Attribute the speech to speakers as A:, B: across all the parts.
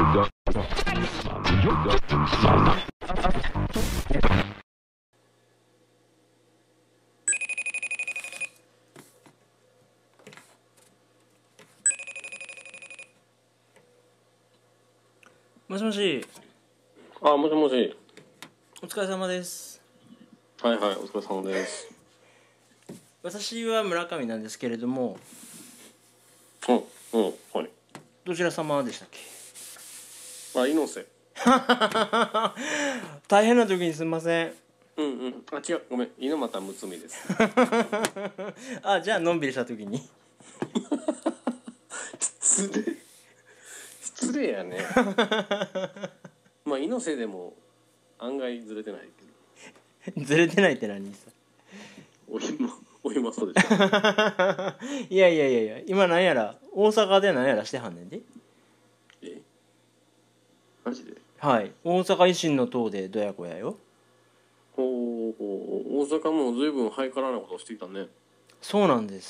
A: もしもし。
B: あ、もしもし。
A: お疲れ様です。
B: はいはい、お疲れ様です。
A: 私は村上なんですけれども、
B: はい。
A: どちら様でしたっけ？
B: あ、猪瀬。
A: 大変な時にすみません。
B: あ、違う、ごめん、猪俣睦美です。
A: あ、じゃあのんびりした時に。
B: 失礼やね。まあ猪瀬でも案外ずれてないけど。
A: ずれてないって何さ。
B: お今そうでしょ。
A: いや、今なんやら大阪でなんやらしてはんねんで。
B: マジで？
A: はい、大阪維新の党でどやこやよ。
B: 大阪もずいぶんハイカラなことをしてきたね。
A: そうなんです。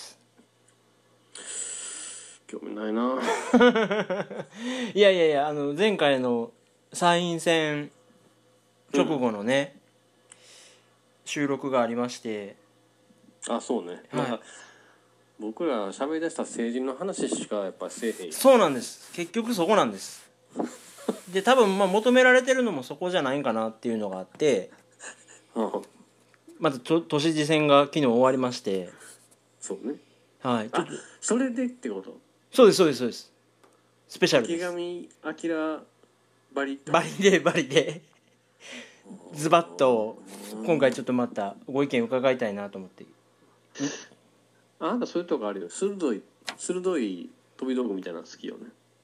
B: 興味ないな。
A: いや、前回の参院選直後のね、収録がありまして。
B: あ、そうね。
A: はい、
B: 僕ら喋り出した政治の話しかやっぱせえへん。
A: そうなんです。結局そこなんです。で、多分求められてるのもそこじゃないんかなっていうのがあって、まず都知事選が昨日終わりまして。
B: そうね。
A: はい、ちょっと
B: それでってこと？
A: そうですスペシャルです。
B: 池上彰バリ
A: でズバッと今回ちょっとまたご意見伺いたいなと思って。
B: あなたそういうとこあるよ。鋭い飛び道具みたいなの好きよね。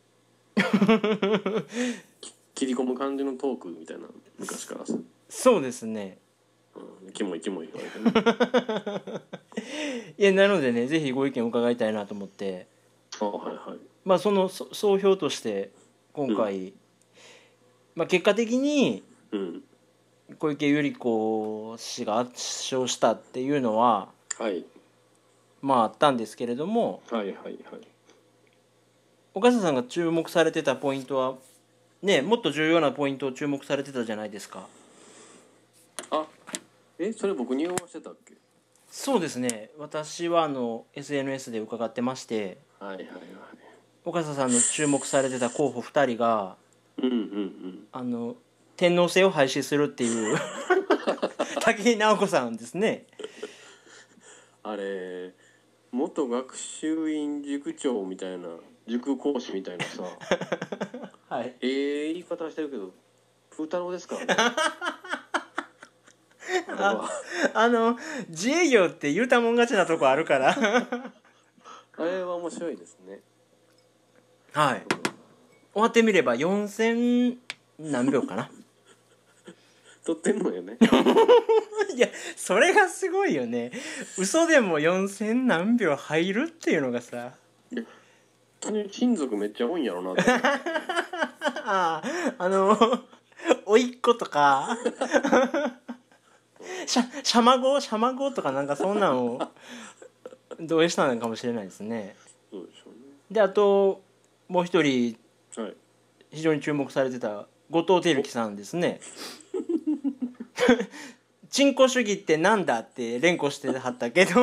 B: 切り込む感じのトークみたいな、昔からさ。
A: そうですね。
B: キモい言われてね。
A: いや、なのでね、ぜひご意見伺いたいなと思って。
B: はいはい。
A: まあその総評として今回、結果的に小池百合子氏が圧勝したっていうのは、あったんですけれども、岡下さんが注目されてたポイントはね、もっと重要なポイントを注目されてたじゃないですか。
B: それ僕に読ませたっけ？
A: そうですね。私はSNS で伺ってまして、岡下さんの注目されてた候補2人が、天皇制を廃止するっていう武井直子さんですね。
B: あれ元学習院塾長みたいな、塾講師みたいなさ
A: はい、
B: 言い方してるけど風太郎ですからね。
A: 自営業って言うたもん勝ちなとこあるから
B: あれは面白いですね。
A: はい、終わってみれば4000何秒かな
B: 取ってんのよね。
A: いや、それがすごいよね。嘘でも4000何秒入るっていうのがさ、
B: 親族めっちゃ多いんやろなって
A: おいっ子とかシャマゴとかなんかそんなんを同意したのかもしれないですね。
B: そうでしょうね。
A: で、あともう一人、非常に注目されてた後藤輝樹さんですね。チンコ主義ってなんだって連呼してはったけど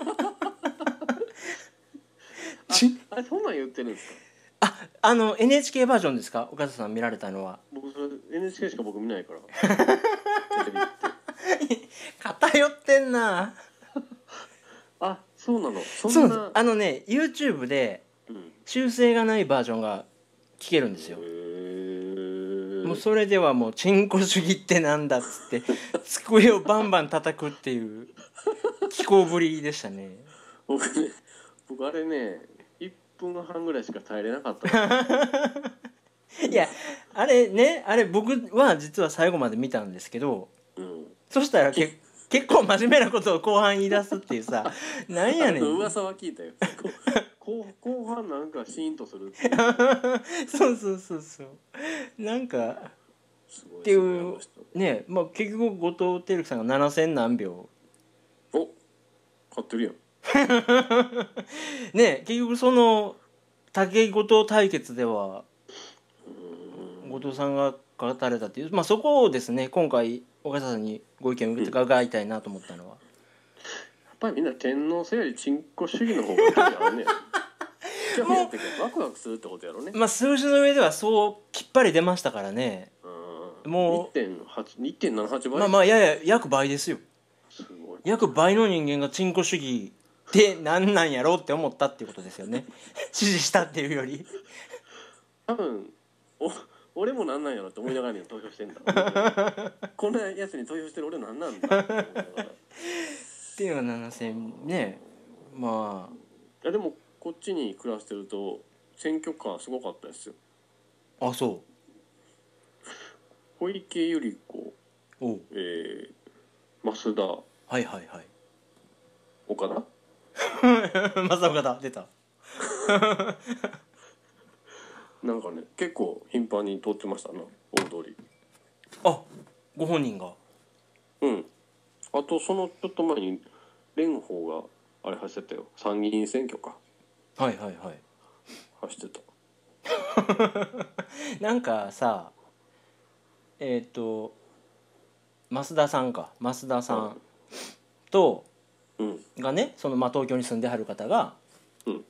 B: あれそんなん言ってるんですか？
A: NHK バージョンですか？岡田さん見られたのは。
B: 僕それ NHK しか僕見ないからテレビって
A: 偏ってんな。
B: そうなの。
A: そうです。YouTube で修正がないバージョンが聞けるんですよ。もうそれではもうチンコ主義ってなんだっつって机をバンバン叩くっていう気候ぶりでしたね。
B: 僕あれね1分半ぐらいしか耐えれなかった
A: いや、あれ僕は実は最後まで見たんですけど、そしたら結構真面目なことを後半言い出すっていうさ、なんやねん。
B: 噂は聞いたよ。後半なんかシーンとするって
A: そうなんかっていうね。結局後藤輝樹さんが7000何秒
B: 勝ってるやん
A: ね。結局その武井後藤対決では後藤さんが語られたっていう、まあ、そこをですね今回岡下さんにご意見を伺いたいなと思ったのは、
B: やっぱりみんな天皇制よりチンコ主義の方がいいんだろうね。もうワクワクするってことやろうね。
A: まあ数字の上ではそうきっぱり出ましたからね。もう
B: 1.78 倍。
A: まあやや約倍ですよ。
B: すごい。
A: 約倍の人間がチンコ主義って何なんやろうって思ったっていうことですよね。支持したっていうより
B: 多分俺もなんなんやろって思いながら投票してんだ。こんなやつに投票してる俺なんなんだ
A: っていうのが7000ね。まあ
B: いやでもこっちに暮らしてると選挙カーすごかったですよ。
A: あそう
B: 小池百合子、
A: お
B: 増田、
A: はいはいはい
B: 岡田
A: まさ岡田出た
B: なんかね結構頻繁に通ってましたな大通り。
A: あご本人が
B: うんあとそのちょっと前に蓮舫があれ走ってたよ参議院選挙か
A: はいはいはい
B: 走ってた。
A: なんかさ増田さんと、
B: うん、
A: がねその、まあ、東京に住んではる方が、
B: うん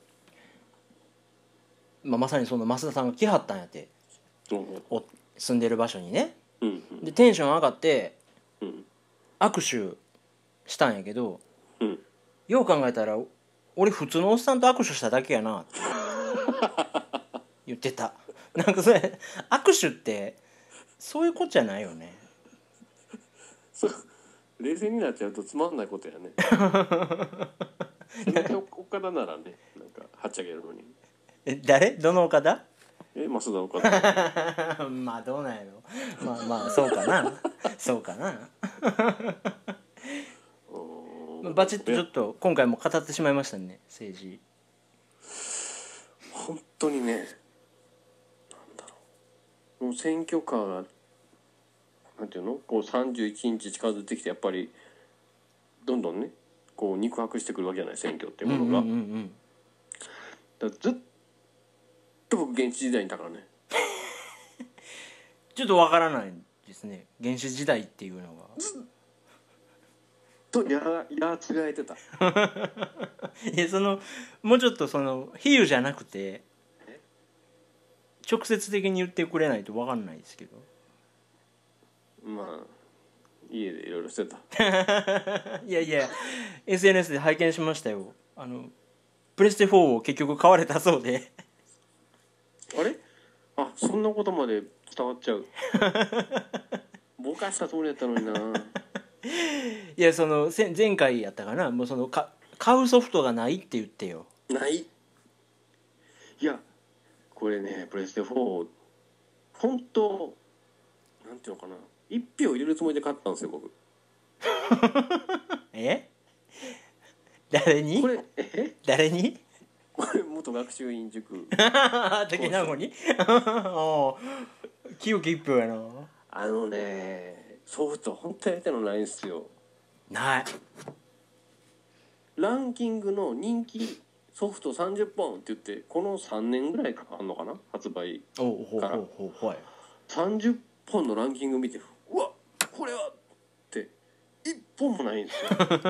A: まあ、まさにその増田さんが来はったんやって、住んでる場所にね、
B: うんうん、
A: でテンション上がって、
B: うん、
A: 握手したんやけど、
B: うん、
A: よう考えたら俺普通のおっさんと握手しただけやなって言ってた。なんかそれ握手ってそういうことじゃないよね。
B: 冷静になっちゃうとつまんないことやね。せめて岡田ならねなんかはっちゃけるのに。
A: 誰どの岡田
B: 増田岡田
A: まあどうなんやろ。まあそうかなそうかなバチッとちょっと今回も語ってしまいましたね政治。
B: 本当にねなんだろうもう選挙カーがなんていうのこう31日近づいてきてやっぱりどんどんねこう肉薄してくるわけじゃない選挙っていうものが、だからずっと僕現地時代にいたからね
A: ちょっとわからないですね原始時代っていうのが
B: ずっとやつがえてた。
A: いやそのもうちょっとその比喩じゃなくて直接的に言ってくれないとわかんないですけど
B: まあ家でいろいろしてた。
A: いやいや SNS で拝見しましたよ。プレステ4を結局買われたそうで
B: あれあそんなことまで伝わっちゃう。ぼかしたつもりだったのにな。
A: いやその前回やったかなもうその買うソフトがないって言ってよ。
B: ないいやこれねプレステ4本当なんていうのかな1票入れるつもりで買ったんですよ僕。
A: え誰に
B: これこれ元学習院塾
A: 竹名子に清き一票やな。
B: ソフト本当やりたいのないんですよ。
A: ない
B: ランキングの人気ソフト30本って言ってこの3年ぐらいかかんのかな発売から30本のランキング見てうわこれはって1本もないんですよ。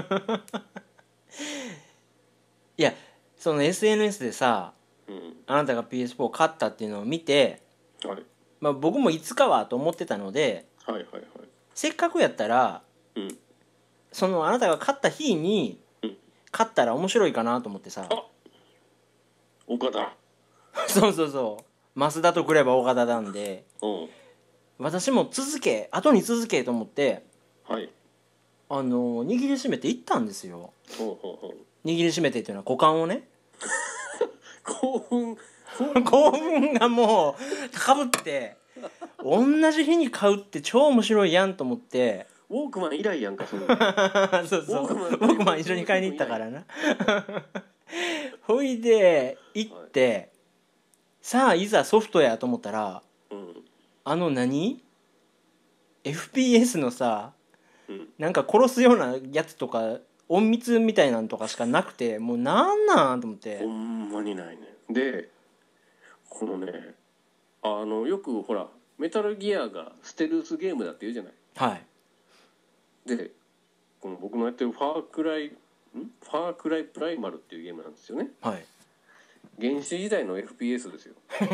A: いやその SNS でさ、
B: うん
A: あなたが PS4 を買ったっていうのを見て、
B: はい
A: まあ、僕もいつかはと思ってたので、
B: はいはいはい
A: せっかくやったら、
B: うん、
A: そのあなたが買った日に買ったら面白いかなと思ってさ、
B: 岡田
A: そう増田とくれば岡田なんで、私も後に続けと思って、
B: はい、
A: 握りしめて行ったんですよ。握りしめてっていうのは股間をね
B: 興奮
A: がもう高ぶって同じ日に買うって超面白いやんと思って、
B: ウォークマン以来やんかそれ
A: そうウォークマン一緒に買いに行ったからなほいで行って、はい、さあいざソフトやと思ったら、FPS のさ、なんか殺すようなやつとか隠密みたいなんとかしかなくて、もうなんと思って。
B: ほんまにないね。でこのねよくほらメタルギアがステルスゲームだって言うじゃない。
A: はい。
B: でこの僕のやってるファークライプライマルっていうゲームなんですよね。
A: はい。
B: 原始時代の FPS ですよ。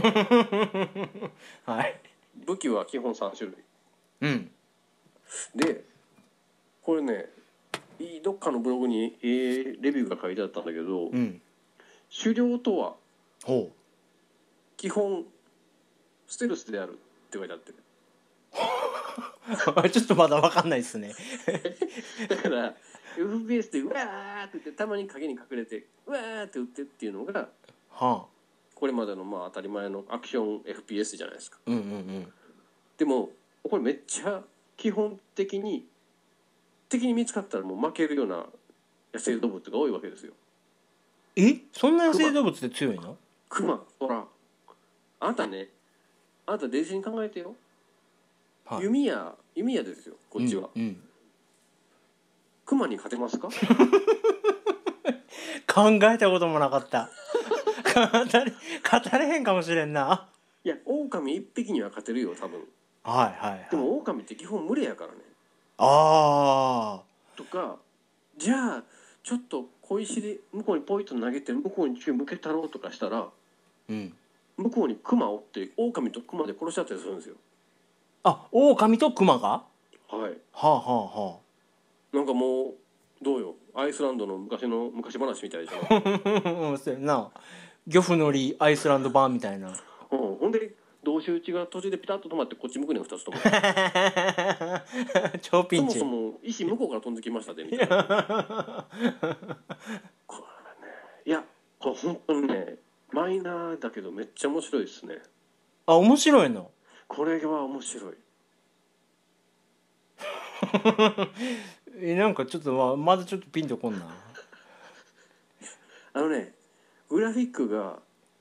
A: はい。
B: 武器は基本3種類。
A: うん。
B: でこれね、どっかのブログに、レビューが書いてあったんだけど、
A: うん。
B: 狩猟とは
A: ほ
B: 基本ステルスであるって書いてあって
A: う。ちょっとまだ分かんないですね。
B: だから FPS でうわーって言ってたまに影に隠れてうわーって撃ってっていうのが
A: はあ。
B: これまでのまあ当たり前のアクション FPS じゃないですか。
A: うんうんうん。
B: でもこれめっちゃ基本的に敵に見つかったらもう負けるような野生動物が多いわけですよ。
A: そんな野生動物って強いの？
B: クマ、ほらあんたね、あんた冷静に考えてよ、はい、弓矢ですよこっちは、うんうん、クマに勝てますか？
A: 考えたこともなかった語れへんかもしれんな。
B: いや狼一匹には勝てるよ多分。
A: はいはいはい。
B: でも狼って基本群れやからね。
A: ああ。
B: とかじゃあちょっと小石で向こうにポイッと投げて向こうに向けたろうとかしたら、うん、向こうにクマを追って狼とクマで殺しちゃったりするんですよ。
A: あ、狼とクマが？はい。
B: はあはあはあ。なんかもうどうよ、アイスランドの昔話みたいじゃん。
A: そうやな。漁夫のりアイスランド版みたいな。
B: ほんで同士打ちが途中でピタッと止まってこっち向くねん2つとも。
A: 超ピンチ。
B: そもそも石向こうから飛んできましたでみたいな。これね、いやこれ本当にねマイナーだけどめっちゃ面白いですね。
A: あ、面白いの？こ
B: れは面白い。
A: なんかちょっとまだちょっとピンとこんな。
B: グラフィックが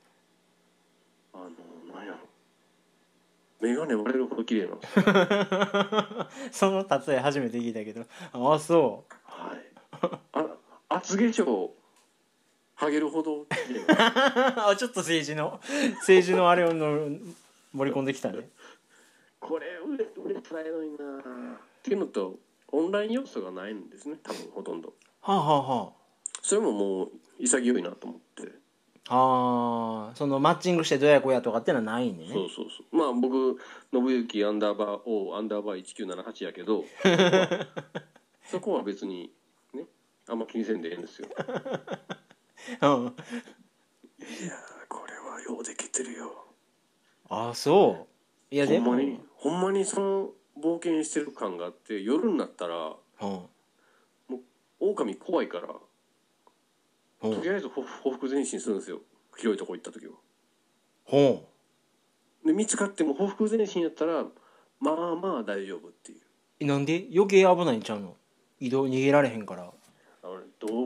B: なんやろ、メガネ割れるほど綺麗なんですよ。
A: その例え初めて聞いたけど。ああそう。
B: はい。厚化粧剥げるほど綺麗
A: あ、ちょっと政治のあれを盛り込んできたね。
B: これ売れたらええのになっていうのとオンライン要素がないんですね多分ほとんど。
A: はあはあはあ。
B: それももう潔いなと思って。
A: ああ、そのマッチングしてどやこやとかってのはないね。
B: そうまあ僕信行アンダーバー O アンダーバー1978やけどそこは別にねあんま気にせんでええんですよ。うん、いやこれはようできてるよ。
A: ああそう。いやでも
B: ほんまにその冒険してる感があって夜になったら、もう狼怖いから、とりあえず報復前進するんですよ広いとこ行った時は。で見つかっても報復前進やったらまあまあ大丈夫っていう。
A: なんで余計危ないんちゃうの？逃げられへんから。
B: 動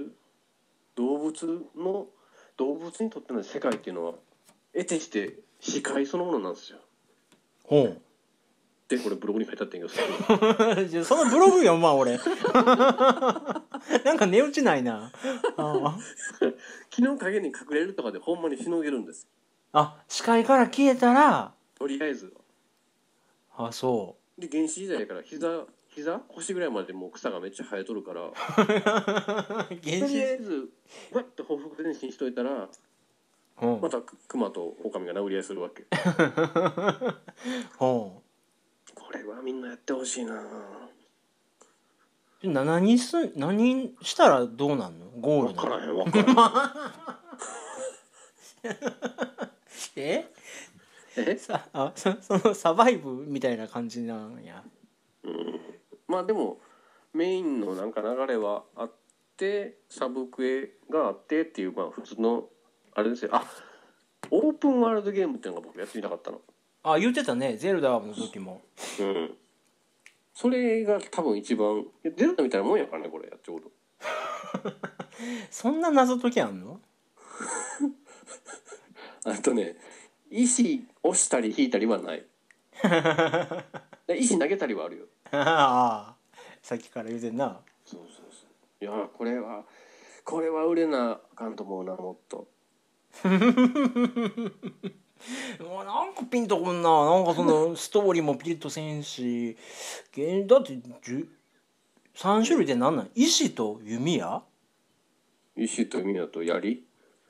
B: 物にとっての世界っていうのは得てして視界そのものなんですよ。でこれブログに書いてあったんやけど
A: そのブログ読ま俺なんか値打ちないな。
B: 昨日影に隠れるとかでほんまにしのげるんです。
A: あ、視界から消えたら
B: とりあえず。あ、そうで原始時代から膝腰ぐらいまでもう草がめっちゃ生えとるからとりあえずわっと報復前進しといたら、またクマと狼が殴り合いするわけ。これはみんなやってほしいな。
A: 何したらどうなんの？ゴールなの？分からへんそのサバイブみたいな感じなんや。
B: まあでもメインのなんか流れはあってサブクエがあってっていう、まあ普通のあれですよ。オープンワールドゲームっていうのが僕やってみたかったの。
A: あ、言ってたね、ゼルダの時も。
B: それが多分一番ゼルダみたいなもんやからねこれやっちゃうと。
A: そんな謎解きあんの？
B: あとね、石押したり引いたりはない。石投げたりはあるよ。
A: ああ、さっきから言うてんな。
B: そう。いやこれは売れなあかんと思うなもっと。
A: もうなんかピンとこんな、なんかそのストーリーもピリッとせんし、だって3種類で何なん？石と弓矢？
B: 石と弓矢と槍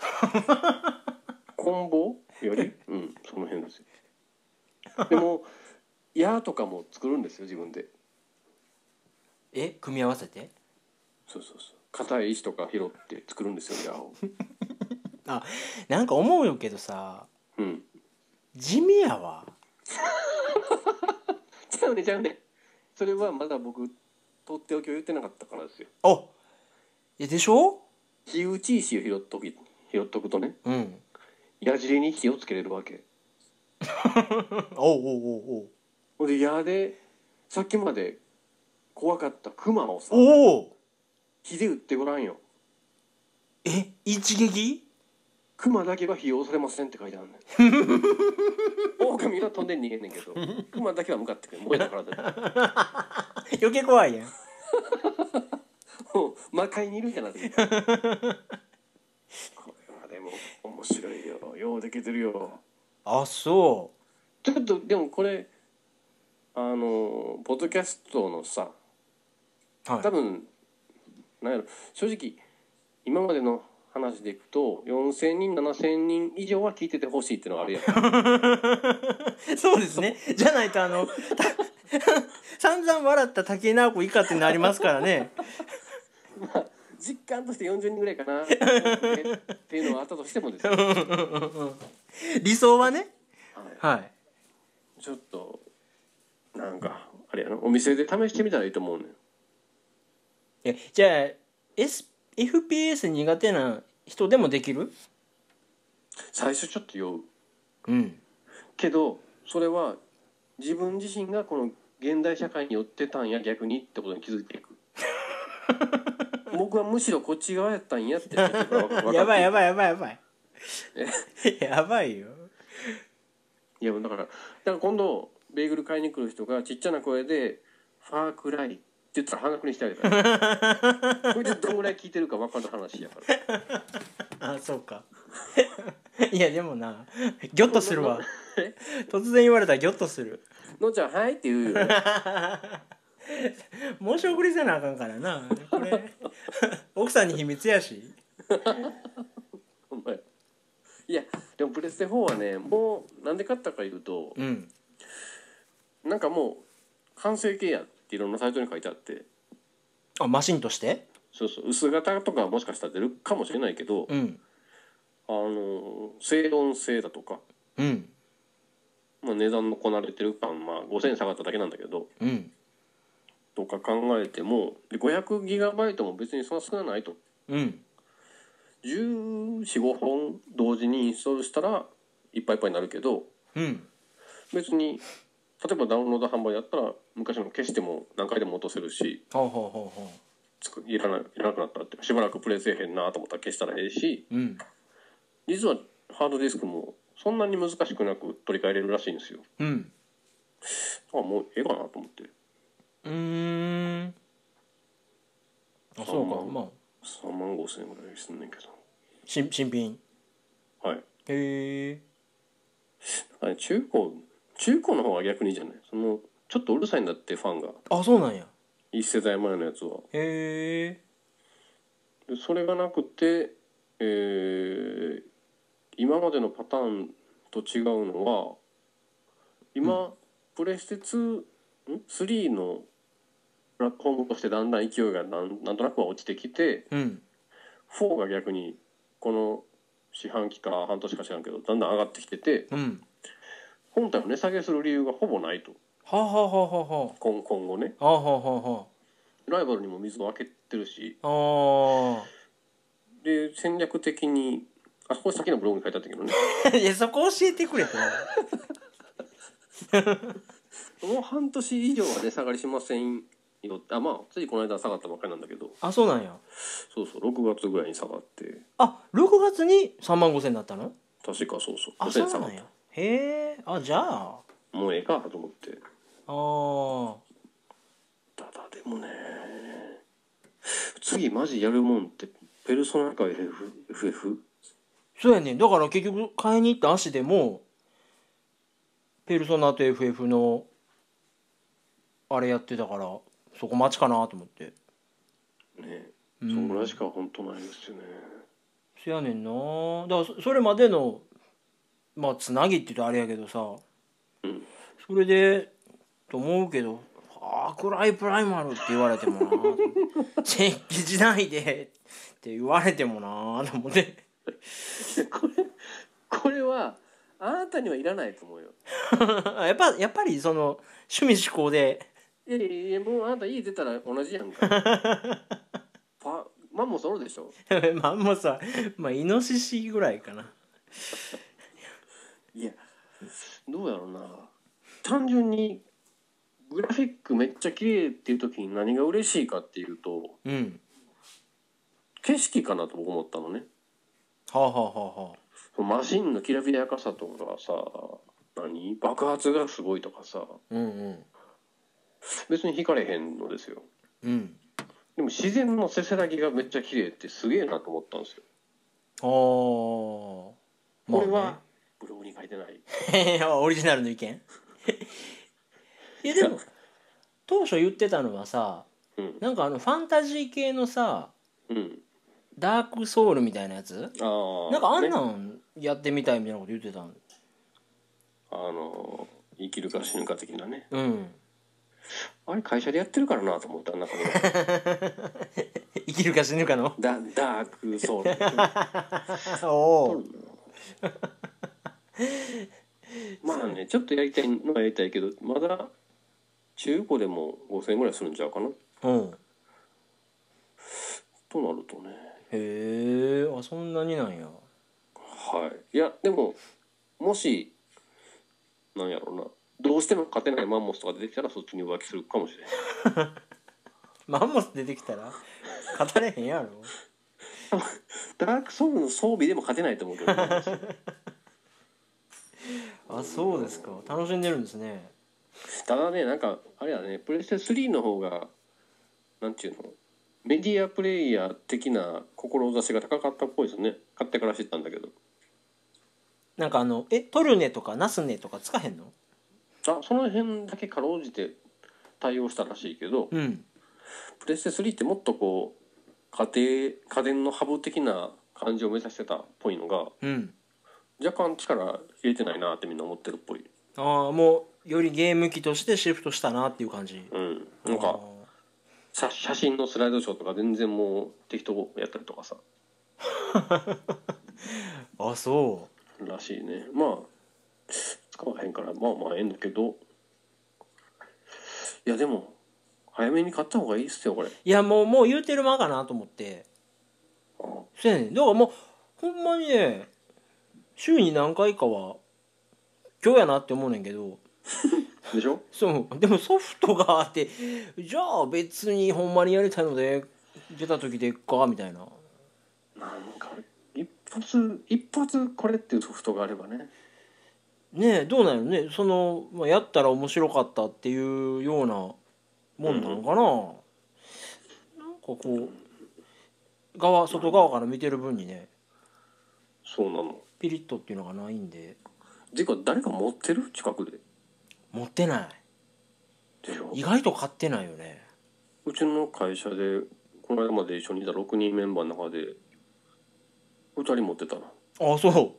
B: 棍棒槍その辺ですよ。でも矢とかも作るんですよ自分で。
A: 組み合わせて？
B: そう硬い石とか拾って作るんですよ矢を。
A: なんか思うよけどさ、地味やわ。
B: ちゃうね。それはまだ僕とっておきを言ってなかったからですよ。
A: でしょ？
B: 火打ち石を拾っとくとね、矢尻に火をつけれるわけ。ほんで矢でさっきまで怖かったクマをさ、火で撃ってごらんよ。
A: 一撃？
B: クマだけは火を恐れませんって書いてあるねん。狼は飛んで逃げんねんけど、クマだけは向かってくる。燃えたからだ。
A: 余計怖いやん。
B: もう魔界にいるんじゃなくて。これはでも面白いよ。ようできてるよ。
A: そう。
B: ちょっとでもこれポッドキャストのさ、多分なんやろ、正直今までの話でいくと4000人7000人以上は聞いててほしいっていうのがあるやん。
A: そうですね。じゃないと散々笑った竹井直子以下ってなりますからね。
B: 実感として40人ぐらいかなっていうのはあったとしてもですね。
A: 理想はね。
B: ちょっとなんかあれやな、お店で試してみたらいいと思うねん。
A: じゃあFPS 苦手な人でもできる？
B: 最初ちょっと酔う。けどそれは自分自身がこの現代社会に寄ってたんや逆にってことに気づいていく。僕はむしろこっち側やったんやって。
A: やばい。やばいよ。
B: いやだから今度ベーグル買いに来る人がちっちゃな声で「ファークライ」って言ったら半額にしてあげたらこれでどんぐらい聞いてるか分かる話やから。
A: そうか。いやでもな、ギョッとするわ。突然言われたらギョッとする。
B: のんちゃんはいって言うよ。
A: 申し送りせなあかんからなこれ。奥さんに秘密やし。
B: お前いやでもプレステ4はね、もうなんで買ったかいうと、なんかもう完成形やっていろんなサイトに書いてあって。
A: マシンとして？
B: そう薄型とかもしかしたら出るかもしれないけど、静音性だとか、値段のこなれてる感、5000円下がっただけなんだけど、とか考えても500GB も別にそんな少ないと、1415本同時にインストールしたらいっぱいいっぱいになるけど、別に例えばダウンロード販売やったら昔の消しても何回でも落とせるし、いらなくなったってしばらくプレイせえへんなと思ったら消したらええし、実はハードディスクもそんなに難しくなく取り替えれるらしいんですよ。もうええかなと思って。
A: そうか。
B: 3万5千円ぐらいすんねんけど。
A: 新品。
B: はい。
A: へ
B: え。中古の方が逆にいいじゃない。ちょっとうるさいんだってファンが。
A: そうなんや。
B: 1世代前のやつは。
A: へ
B: え。でそれがなくて、今までのパターンと違うのは今、プレステ3のプラットフォームとしてだんだん勢いがなんとなくは落ちてきて、4が逆にこの四半期か半年か知らんけどだんだん上がってきてて、本体を値下げする理由がほぼないと。今後ね。ライバルにも水を開けてるし、で戦略的にこれ先のブログに書いてあったけどね。
A: いやそこ教えてくれて。
B: もう半年以上は値下がりしませんよ。ついこの間下がったばっかりなんだけど。
A: そうなんや。
B: そう6月ぐらいに下がって。
A: 6月に3万5千になったの？
B: 確かそう
A: そうなんや。へえ。じゃあ
B: もうええかと思って。ただでもね、次マジやるもんってペルソナか FF。
A: そうやねん。だから結局買いに行った足でもペルソナと FF のあれやってたから、そこ待ちかなと思って
B: ね、
A: うん、
B: そこらしか本当ないですよね。
A: そやねんな。だからそれまでのまあつなぎって言うとあれやけどさ、
B: うん、
A: それでと思うけど、暗いプライマルって言われてもな石器時代でって言われてもなと思って
B: これはあなたにはいらないと思うよ。
A: やっぱりその趣味思考で
B: いやいやいや、もうあなた家出たら同じやんか。マンモスおるでしょ。
A: まあもうさ、まあイノシシぐらいかな。
B: いや、どうやろうな。単純にグラフィックめっちゃ綺麗っていう時に何が嬉しいかっていうと、
A: うん。
B: 景色かなと僕思ったのね。
A: はあはあはあはあ。
B: マシンのきらびやかさとかさ、爆発がすごいとかさ、
A: うんうん。
B: 別に惹かれへんのですよ。
A: うん。
B: でも自然のせせらぎがめっちゃ綺麗ってすげえなと思ったんですよ。
A: ああ。
B: これはブログに書いてない。
A: オリジナルの意見いやでも当初言ってたのはさ、
B: うん、
A: なんかファンタジー系のさ、
B: うん、
A: ダークソウルみたいなやつ、なんかあんなんやってみたいみたいなこと言ってたん。
B: 生きるか死ぬか的なね。
A: うん。
B: あれ会社でやってるからなと思った中で
A: 生きるか死ぬかの
B: ダークソウル
A: おお
B: まあね、ちょっとやりたいのはやりたいけど、まだ中古でも5000円ぐらいするんちゃうかな。
A: うん
B: となるとね。
A: へえ、そんなになんや。
B: はい。いやでももしなんやろうな、どうしても勝てないマンモスとか出てきたらそっちに浮気するかもしれない。
A: マンモス出てきたら語れへんやろ
B: ダークソウルの装備でも勝てないと思うけど、ね、
A: あ、そうですか。楽しんでるんですね。
B: ただね、なんかあれやね、プレステ3の方がなんていうの、メディアプレイヤー的な志が高かったっぽいですね。買ってから知ったんだけど。
A: なんかトルネとかナスネとかつかへんの？
B: その辺だけかろうじて対応したらしいけど、
A: うん。
B: プレステ3ってもっとこう家電のハブ的な感じを目指してたっぽいのが、
A: うん。
B: 若干力入れてないなってみんな思ってるっぽい。
A: ああ、もうよりゲーム機としてシフトしたなっていう感じ。
B: うん。なんか写真のスライドショーとか全然もう適当やったりとかさ
A: あ、そ
B: らしいね。まあ使わへんからまあまあええんだけど、いやでも早めに買った方がいいっすよこれ。
A: いや、もう言うてる間かなと思って。そうやねん。だからもうほんまにね、週に何回かは今日やなって思うねんけど
B: でしょ。
A: そうでもソフトがあって、じゃあ別にほんまにやりたいので出た時でっかみたいな。
B: なんか一発これっていうソフトがあればね。
A: ねえ、どうなんやろね、やったら面白かったっていうようなもんなんかな、なんかこう外側から見てる分にね、
B: そうなの。
A: ピリッとっていうのがないんで。
B: てか誰か持ってる近くで。
A: 持ってない
B: でしょ。
A: 意外と買ってないよね。
B: うちの会社でこの間まで一緒にいた6人メンバーの中で2人持ってたな。
A: あ、そう、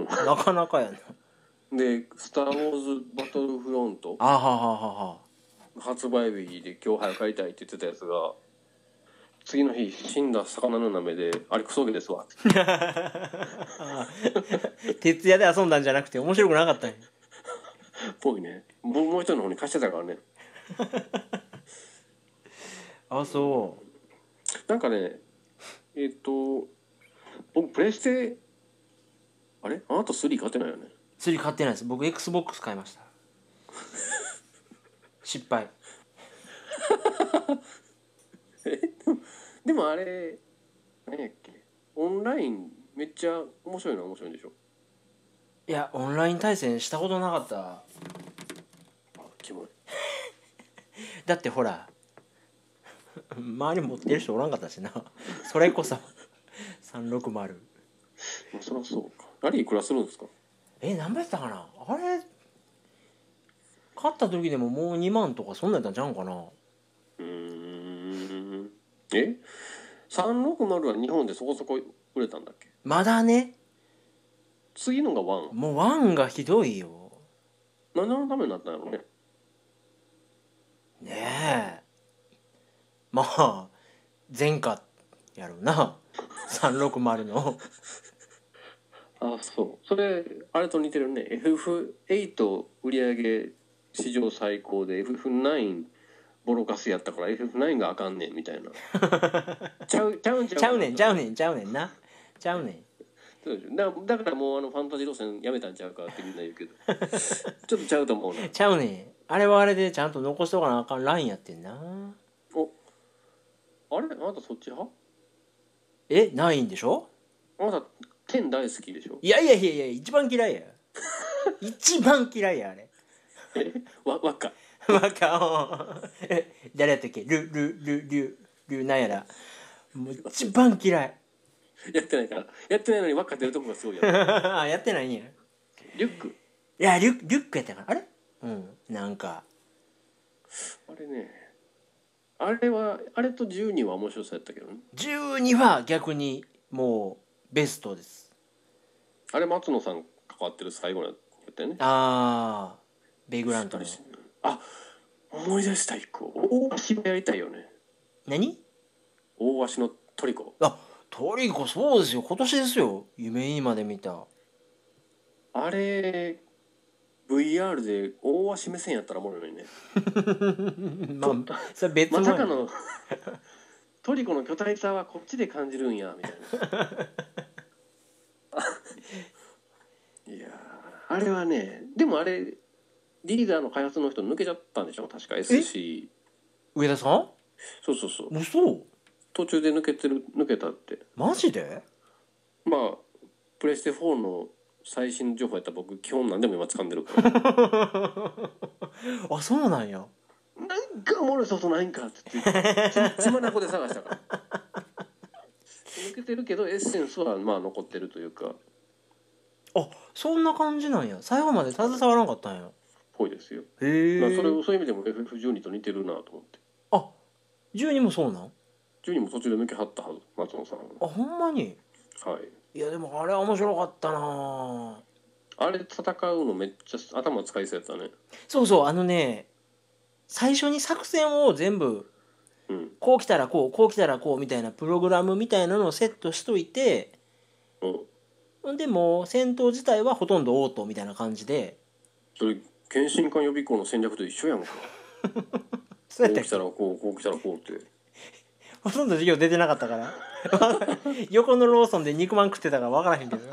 B: うん、
A: なかなかやな。
B: で「スター・ウォーズ・バトルフロント」
A: あはははは
B: 発売日で今日早く買いたいって言ってたやつが次の日死んだ魚のなめで「あれクソゲですわ」
A: 徹夜で遊んだんじゃなくて面白くなかったんや。
B: ぽいね。もう一人の方に貸してたからね。
A: あ、そ
B: なんかね、僕プレステあなた3買ってないよね。
A: う、釣り買ってないです。僕 XBOX 買いました。失敗。
B: でもあれ何やっけ、オンラインめっちゃ面白いのは面白いんでしょ。
A: いや、オンライン対戦したことなかった。
B: あ、キモい。
A: だってほら周り持ってる人おらんかったしな。それこそ360。
B: まあそりゃそうか。あれいくらするんですか。
A: 何倍やったかなあれ。 買った時でももう2万とかそんなんやったんちゃうんかな。
B: え360は日本でそこそこ売れたんだっけ。
A: まだね。
B: 次のがワン。
A: もうワンがひどいよ。
B: 何のためになったんやろね。
A: ねえ。まあ前科やろうな360の。
B: あ、そう。それあれと似てるね。FF8 売上史上最高で FF9 ボロカスやったから FF9 があかんねんみたいな。ちゃうねんな。ちゃうねん。
A: そうでしょ。
B: だからもうファンタジー路線やめたんちゃうかってみんな言うけどちょっとちゃうと思うな。
A: ちゃうねん。あれはあれでちゃんと残しとかなあかんラインやってんな。
B: あれあなたそっち派？
A: ないんでしょ。
B: あなた10大好きでしょ。
A: いや一番嫌いや一番嫌いやあれ。
B: わっか
A: 誰やったっけ。ルなんやら。もう一番嫌い。
B: やってないのにわっか出るとこがすごいや
A: やってないんや。
B: リュック。
A: いやリュックやったからあれ。なんか
B: あれね、あれと12は面白そうやったけどね。
A: 12は逆にもうベストです。
B: あれ松野さん関わってる最後のやったよね。
A: ああベイグラントの。
B: あ、思い出した一個。大足やりたいよね。
A: 何？
B: 大足のトリコ。
A: トリコそうですよ。今年ですよ。夢にまで見た。
B: あれ VR で大足目線やったらおもろいのにね。
A: まあそれ別物
B: まさかのトリコの巨大さはこっちで感じるんやみたいな。いやあれはね、でもあれリーダーの開発の人抜けちゃったんでしょ確か SC。
A: 上田さん？
B: そう
A: 嘘？
B: 途中で抜けたって。
A: マジで？
B: まあプレステ4の最新情報やったら僕基本何でも今掴んでるから
A: あ、そうなんや。
B: なんかおもろいソフトないんかっつって血まなこで探したから抜けてるけどエッセンスはまあ残ってるというか。
A: そんな感じなんや。最後まで携わらんかったんや。
B: ぽいですよ。
A: へえ。
B: まあそういう意味でも FF12 と似てるなと思って。
A: 12もそうなん？
B: 12も途中で抜けはったはず松野さん。
A: ほんまに？
B: はい。
A: いやでもあれは面白かったな。
B: あれ戦うのめっちゃ頭使いそうやったね。
A: そう最初に作戦を全部こう来たらこう来たらこうみたいなプログラムみたいなのをセットしといて、でも戦闘自体はほとんどオートみたいな感じで。
B: それ謙信館予備校の戦略と一緒やんか
A: そうやったっけ？
B: こう来たらこう来たらこうって
A: ほとんど授業出てなかったから横のローソンで肉まん食ってたから分からへんけど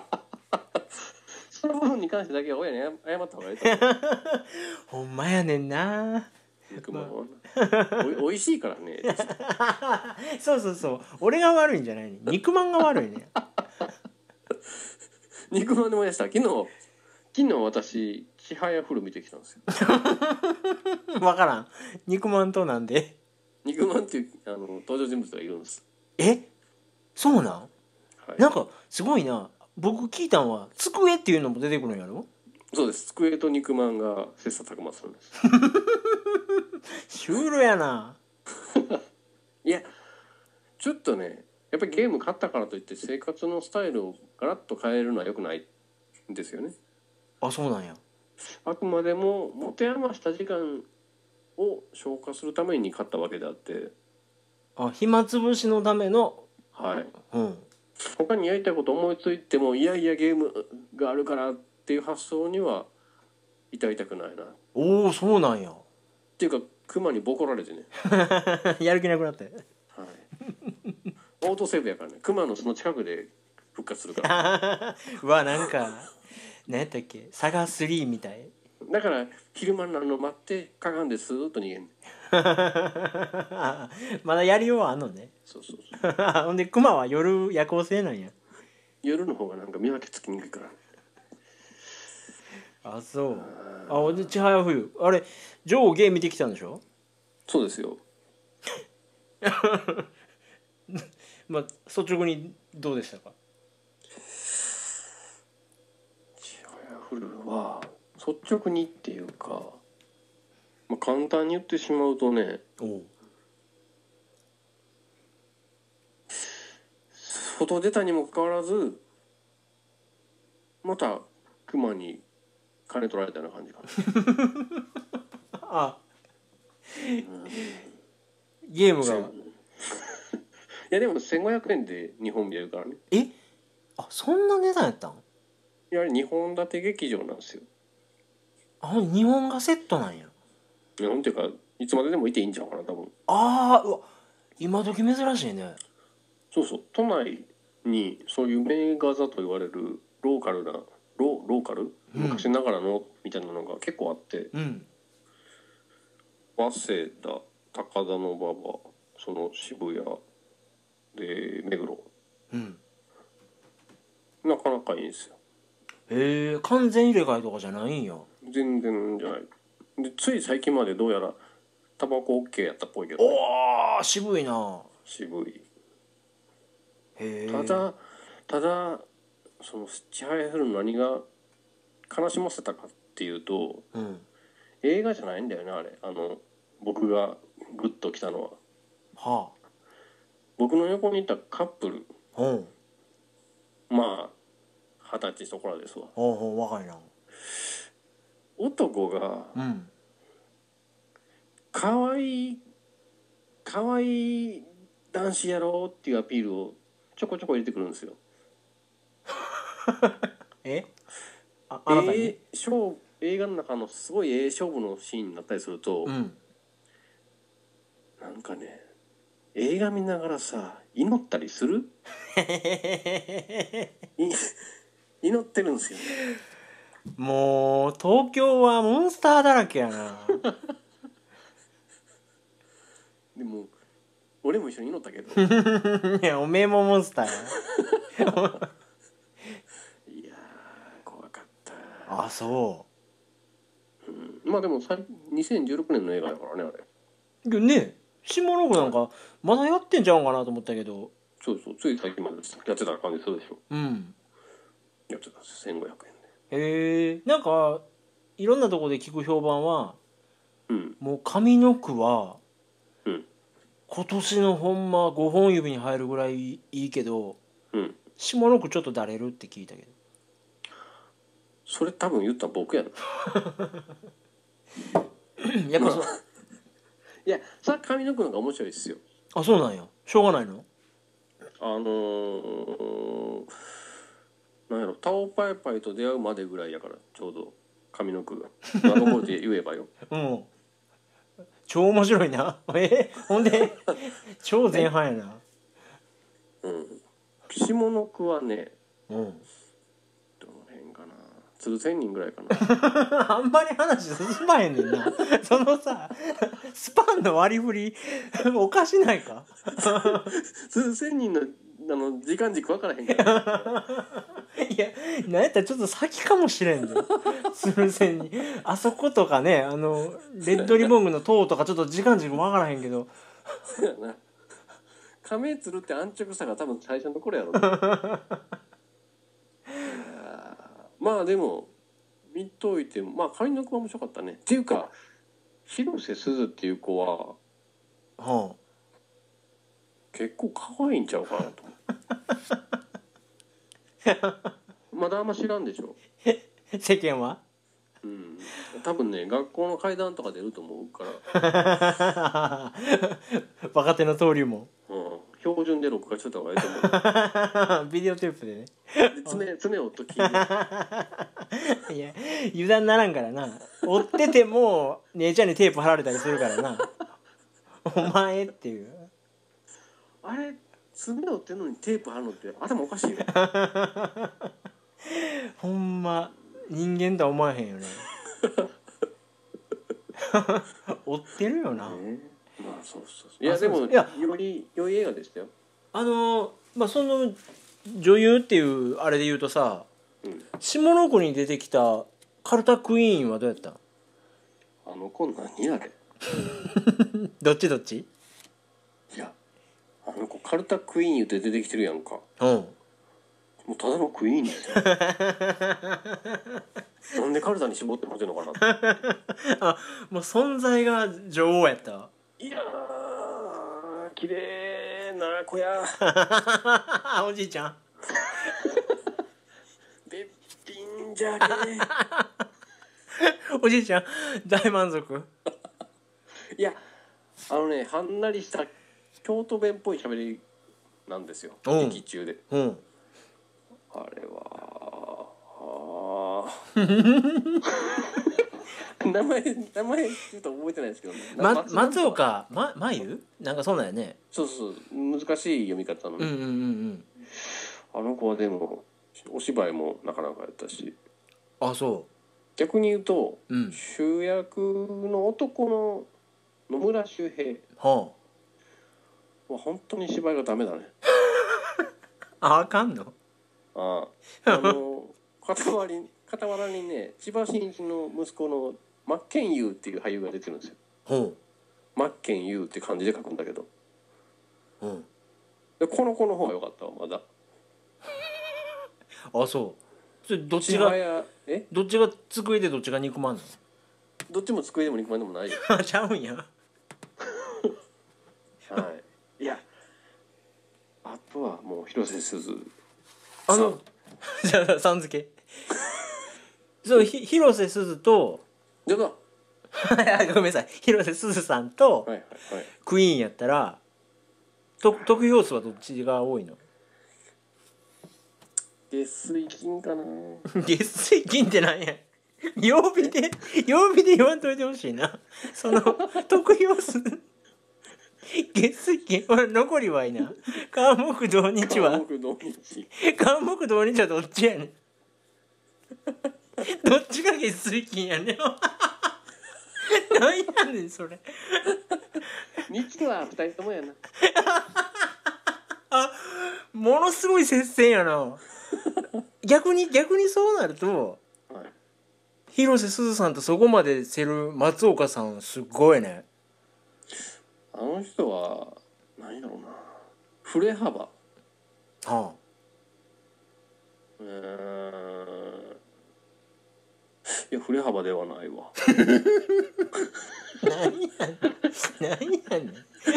B: その部分に関してだけは親に謝った方がいいと思う
A: ほんまやねんな。
B: 肉まんはおいしいからね
A: そう俺が悪いんじゃないね。肉まんが悪いね。
B: 肉まんで思い出した。昨日私ちはやふる見てきたんですよ
A: 分からん。肉まんとなんで？
B: 肉まんっていう登場人物がいるんです。
A: そうなん？
B: はい、
A: なんかすごいな。僕聞いたんは机っていうのも出てくるんやろ？
B: そうです。机と肉まんが切磋琢磨するんです
A: シュールやな。
B: いやちょっとねやっぱりゲーム勝ったからといって生活のスタイルをガラッと変えるのは良くないんですよね。
A: そうなんや。
B: あくまでも持て余した時間を消化するために勝ったわけであって。
A: 暇つぶしのための。
B: はい、他にやりたいこと思いついてもいやいやゲームがあるからっていう発想には至りたくないな。
A: そうなんや。
B: っていうかクマにボコられてね
A: やる気なくなって。
B: オートセーブやからね。クマのその近くで復活するから
A: うわなんか何やったっけサガ3みたい。
B: だから昼間になるの待ってかがんでスーッと逃げんねん
A: まだやりようはあんのね。
B: そう
A: ほんでクマは夜夜行性なんや。
B: 夜の方がなんか見分けつきにくいからね。
A: そうでちはやふるあれ上下見てきたんでしょ？
B: そうですよ
A: まあ率直にどうでしたか？
B: ちはやふるは率直にっていうかまあ、簡単に言ってしまうとね、
A: おう。
B: 外出たにもかかわらずまたクマに金取られたような感じかな。
A: あ、ゲームが。
B: いやでも1500円で2本見れるからね。
A: え、あ、そんな値段やったん？
B: いや2本立て劇場なんですよ。
A: あ、日本がセットなんや。
B: なんていうかいつまででもいていいんちゃうかな多分。
A: ああ、うわ、今時珍しいね。
B: そうそう、都内にそういう名画座と言われるローカルなローカル、昔ながらのみたいなのが結構あって、
A: うん。
B: 早稲田、高田馬場、その渋谷で目黒、
A: うん。
B: なかなかいいんですよ。
A: へえ、完全入れ替えとかじゃないんや。
B: 全然じゃない。でつい最近までどうやらタバコ OK やったっぽいけど、ね、
A: おお、渋いな。
B: 渋い。
A: へえ。
B: ただその千早フルの何が悲しませたかっていうと、
A: うん。
B: 映画じゃないんだよねあれ。僕がグッときたのは、
A: は
B: 僕の横にいたカップル、
A: あ。ほん。
B: まあ20歳そこらですわ。
A: ほうほう、若いな。
B: 男が
A: うん。
B: 可愛い男子やろうっていうアピールをちょこちょこ入れてくるんですよ。
A: え、あなたに？
B: 映画の中のすごい勝負のシーンになったりすると、
A: うん。
B: なんかね、映画見ながらさ祈ったりする祈ってるんですよ。
A: もう東京はモンスターだらけやな。
B: でも俺も一緒に祈ったけど
A: いや、おめえもモンスターや。
B: いやー怖かった。
A: あ、そ
B: まあでも2016年の映画だからねあれ。
A: う。ね、下の子なんかまだやってんちゃうんかなと思ったけど。
B: そうそう、つい最近までやってた感じするでしょ。
A: うん。
B: やってたんですよ1500円で。
A: へえ、なんかいろんなとこで聞く評判は、
B: うん、
A: もう上の句は、
B: うん、
A: 今年のほんま5本指に入るぐらいいいけど、
B: うん。
A: 下の句ちょっとだれるって聞いたけど。
B: それ多分言ったの僕やな。
A: やっぱそう、
B: いや、それは上の句の方が面白いですよ。
A: あ、そうなんや。しょうがないの？
B: なんやろ、タオパイパイと出会うまでぐらいやからちょうど上の句が。残るで言えばよ。
A: うん。超面白いな。ほんで超前半やな。
B: うん。下の句はね、
A: うん。
B: どの辺かな。鶴仙人ぐらいかな。
A: あんまり話進まへんねんな。そのさ、スパンの割り振りおかしないか？
B: 鶴仙人の時間軸分からへんから。
A: いや、なんやったらちょっと先かもしれんで。鶴仙にあそことかね、レッドリボングの塔とかちょっと時間軸わからへんけど。
B: そうやな。亀鶴って安直さが多分最初の頃やろ、ね。まあでも見といてもまあ上の句は面白かったね。っていうか広瀬すずっていう子は
A: は
B: 結構可愛いんちゃうかなと思う。まだあんま知らんでしょ。
A: あ、世間は。
B: うん、多分ね学校の階段とか出ると思うか
A: 若手の登竜門。
B: ら、うん、標準で録画しといた方がいいと思う。
A: ビデオテープでね。
B: で爪をとき、
A: いや、油断ならんからな。追ってても姉ちゃんにテープ貼られたりするからな。お前っていう。
B: あれ爪を折ってんのにテープ貼るのって頭おかしいよ。
A: ほんま人間とは思わへんよね。追ってるよな。
B: まあそうそうそう。いやでも
A: いや
B: より良い映画でしたよ。
A: まあその女優っていうあれで言うとさ、
B: うん、
A: 下の子に出てきたカルタクイーンはどうやった？
B: あの子何あれ。
A: どっちどっち？
B: いやあの子カルタクイーン言って出てきてるやんか。
A: うん。
B: もうただのクイーンですよなんでカルタに絞ってもらってんのかな
A: あ、もう存在が女王やった。
B: いやー綺麗な子や
A: おじいちゃん
B: べっぴんじゃけ
A: おじいちゃん大満足。
B: いやはんなりした京都弁っぽい喋りなんですよ、劇中で。あれは名前ちょっと覚えてないですけど、ね、
A: 松岡まゆなんかそうなんやね。
B: そう難しい読み方のね。あの子はでもお芝居もなかなかやったし。
A: あ、そう。
B: 逆に言うと、主役の男の野村周平は本当に芝居がダメだね
A: あかんの。
B: 傍らにね、千葉真一の息子の真剣佑っていう俳優が出てるんですよ。真剣佑って漢字で書くんだけど、でこの子の方が良かったわまだ。
A: あ、そう。それどっちが机でどっちが肉まんの？
B: どっちも机でも肉まんでもないよ
A: ちゃうんや
B: はい。いや、あとはもう広瀬すず
A: じゃあさん付けそう広瀬すずと
B: じゃあ
A: ごめんなさい、広瀬すずさんとクイーンやったら得票数はどっちが多いの？
B: 月水金かな。
A: 月水金ってなんや。曜日で言わんといてほしいな。その得票数月水金、俺残りはいな。火木土日はどっちやねんどっちが月水金やねんなんやねんそれ
B: 日は2人ともやな
A: ものすごい接戦やな逆にそうなると、広瀬すずさんとそこまで競る松岡さんすごいね。
B: あの人は何だろうな、振れ幅いや振れ幅ではないわ
A: 何やねん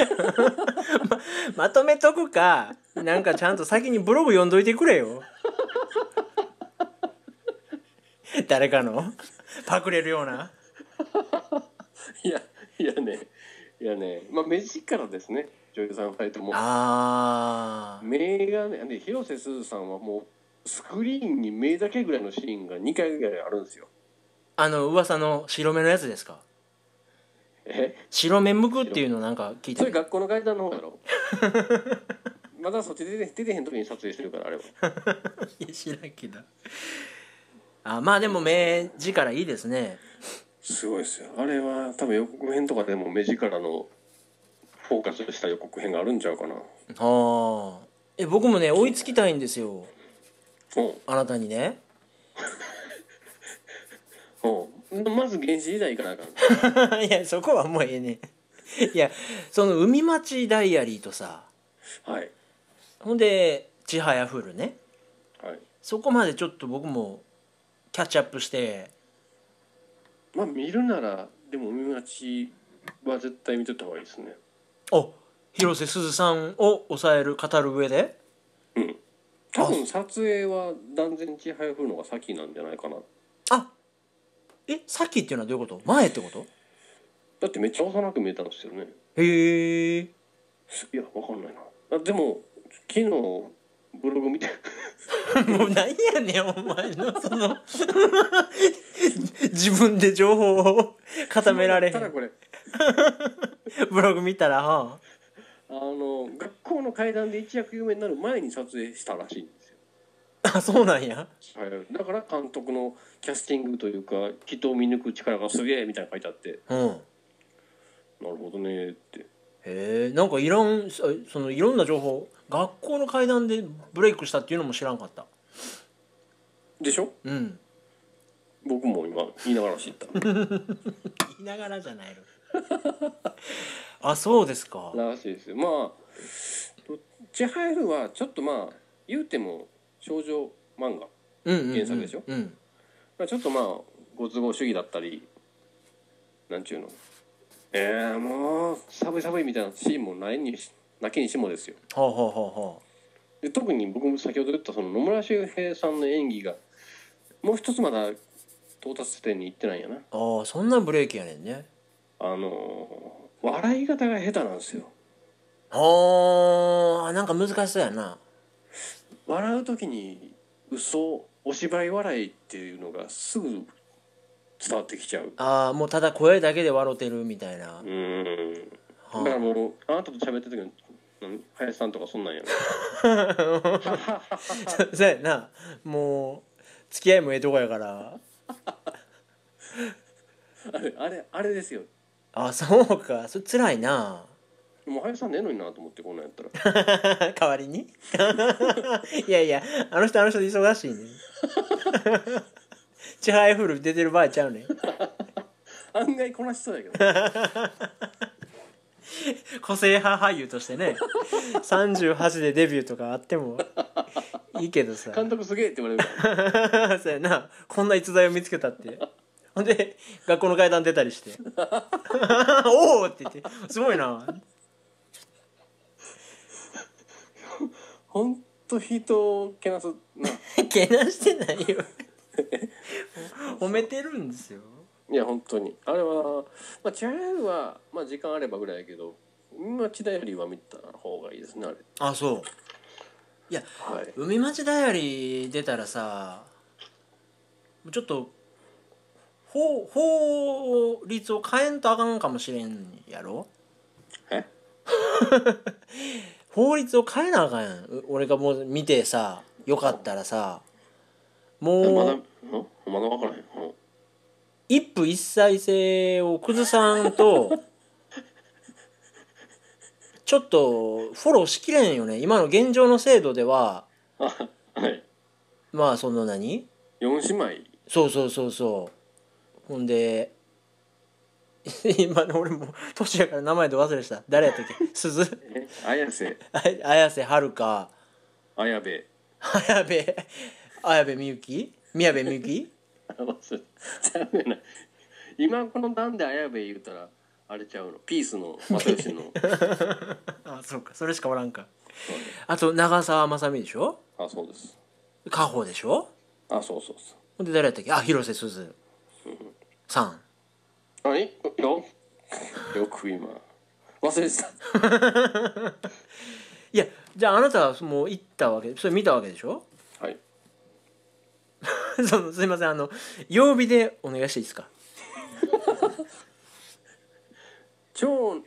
A: まとめとくか、なんかちゃんと先にブログ読んどいてくれよ誰かのパクれるような。
B: いやまあ目力ですね、女優さん2人とも。目がね、広瀬すずさんはもうスクリーンに目だけぐらいのシーンが2回ぐらいあるんですよ。
A: 噂の白目のやつですか？白目向くっていうのなんか聞いて。
B: それ学校の階段の方やろまだそっち出てへん時に撮影してるからあれは。
A: いや知らんけど。まあでも目力いいですね。
B: すごいですよあれは。多分予告編とかでも目力のフォーカスした予告編があるんちゃうかな。
A: 僕もね追いつきたいんですよ、あなたにね
B: まず原始時代からあかん
A: いやそこはもうええねいやその海町ダイアリーとさ、ほんでちはやふるね、そこまでちょっと僕もキャッチアップして。
B: まあ見るならでも海町は絶対見とった方がいいですね。
A: 広瀬すずさんを抑える語る上で、
B: 多分撮影は断然ちはやふるのが先なんじゃないかな。
A: 先っていうのはどういうこと？前ってこと？
B: だってめっちゃ幼く見えたんですよね。
A: へえ。い
B: やわかんないな。でも昨日ブログ見て
A: もう何やねんお前のその自分で情報を固められへん。ブログ見たら
B: 学校の階段で一躍有名になる前に撮影したらしいんですよ。
A: そうなんや。
B: だから監督のキャスティングというか人を見抜く力がすげえみたいな書いてあって、なるほどねって。
A: なんかいろんな情報、学校の階段でブレイクしたっていうのも知らんかった
B: でしょ。僕も今言いながら知った言
A: いながらじゃないのそうですから
B: しいですよ。まあちはやふるはちょっとまあ言うても少女漫画
A: 原
B: 原作でしょ、
A: うん
B: ちょっとまあご都合主義だったりなんちゅうのもう寒い寒いみたいなシーンもないになきにしもですよ。
A: ほうほうほうほ
B: で特に僕も先ほど言ったその野村周平さんの演技がもう一つまだ到達点に行ってないんやな。
A: う。ああそんなブレーキやねんね。
B: 笑い方が下手なんですよ。
A: ああなんか難しそうやな。
B: 笑う時に嘘お芝居笑いっていうのがすぐ伝わってきちゃう。
A: ああもうただ声だけで笑ってるみたいな。
B: だからもうあなたと喋ってる時の林さんとかそんなんやろ
A: そうやな。もう付き合いもええとこやから。
B: あれですよ。
A: あそうかそれ辛いな。
B: もう林さんねえのになと思ってこんなんやったら
A: 代わりにいやいやあの人忙しいねチハイフル出てる場合ちゃうね
B: 案外こなしそうやけど
A: 個性派俳優としてね38でデビューとかあってもいいけどさ
B: 監督すげえって言われるから
A: そうやなこんな逸材を見つけたってほんで学校の階段出たりしておおって言ってすごいな
B: ほんと人をけなすな
A: けなしてないよ褒めてるんですよ。
B: いや本当にあれはまあ千早はまあ時間あればぐらいやけど今千田よりは見た方がいいですねあれ。
A: あそういや、
B: はい、
A: 海町ダイアリー出たらさちょっと法律を変えんとあかんかもしれんやろ
B: え
A: 法律を変えなあかんやん俺がもう見てさよかったらさもう
B: まだ分からへん。
A: 一夫一妻制を崩さんとちょっとフォローしきれんよね今の現状の制度では。
B: はい
A: まあその何
B: 4姉妹
A: そうほんで今の俺も年やから名前で忘れした誰やったっけ鈴
B: 綾瀬
A: 綾瀬はるか
B: 綾部
A: 綾部みゆき宮部みゆき
B: 今この段で綾部言うたらあれちゃうのピースの又吉の
A: あそうかそれしかおらんか。あと長澤まさみでしょ。
B: あそうです。
A: 家宝でしょ。
B: あそう
A: ほんで誰やったっけあ広瀬すずさん
B: 何よく今忘れてた
A: いやじゃああなたはもう行ったわけそれ見たわけでしょ。
B: はい
A: すいません曜日でお願いしていいですか
B: 長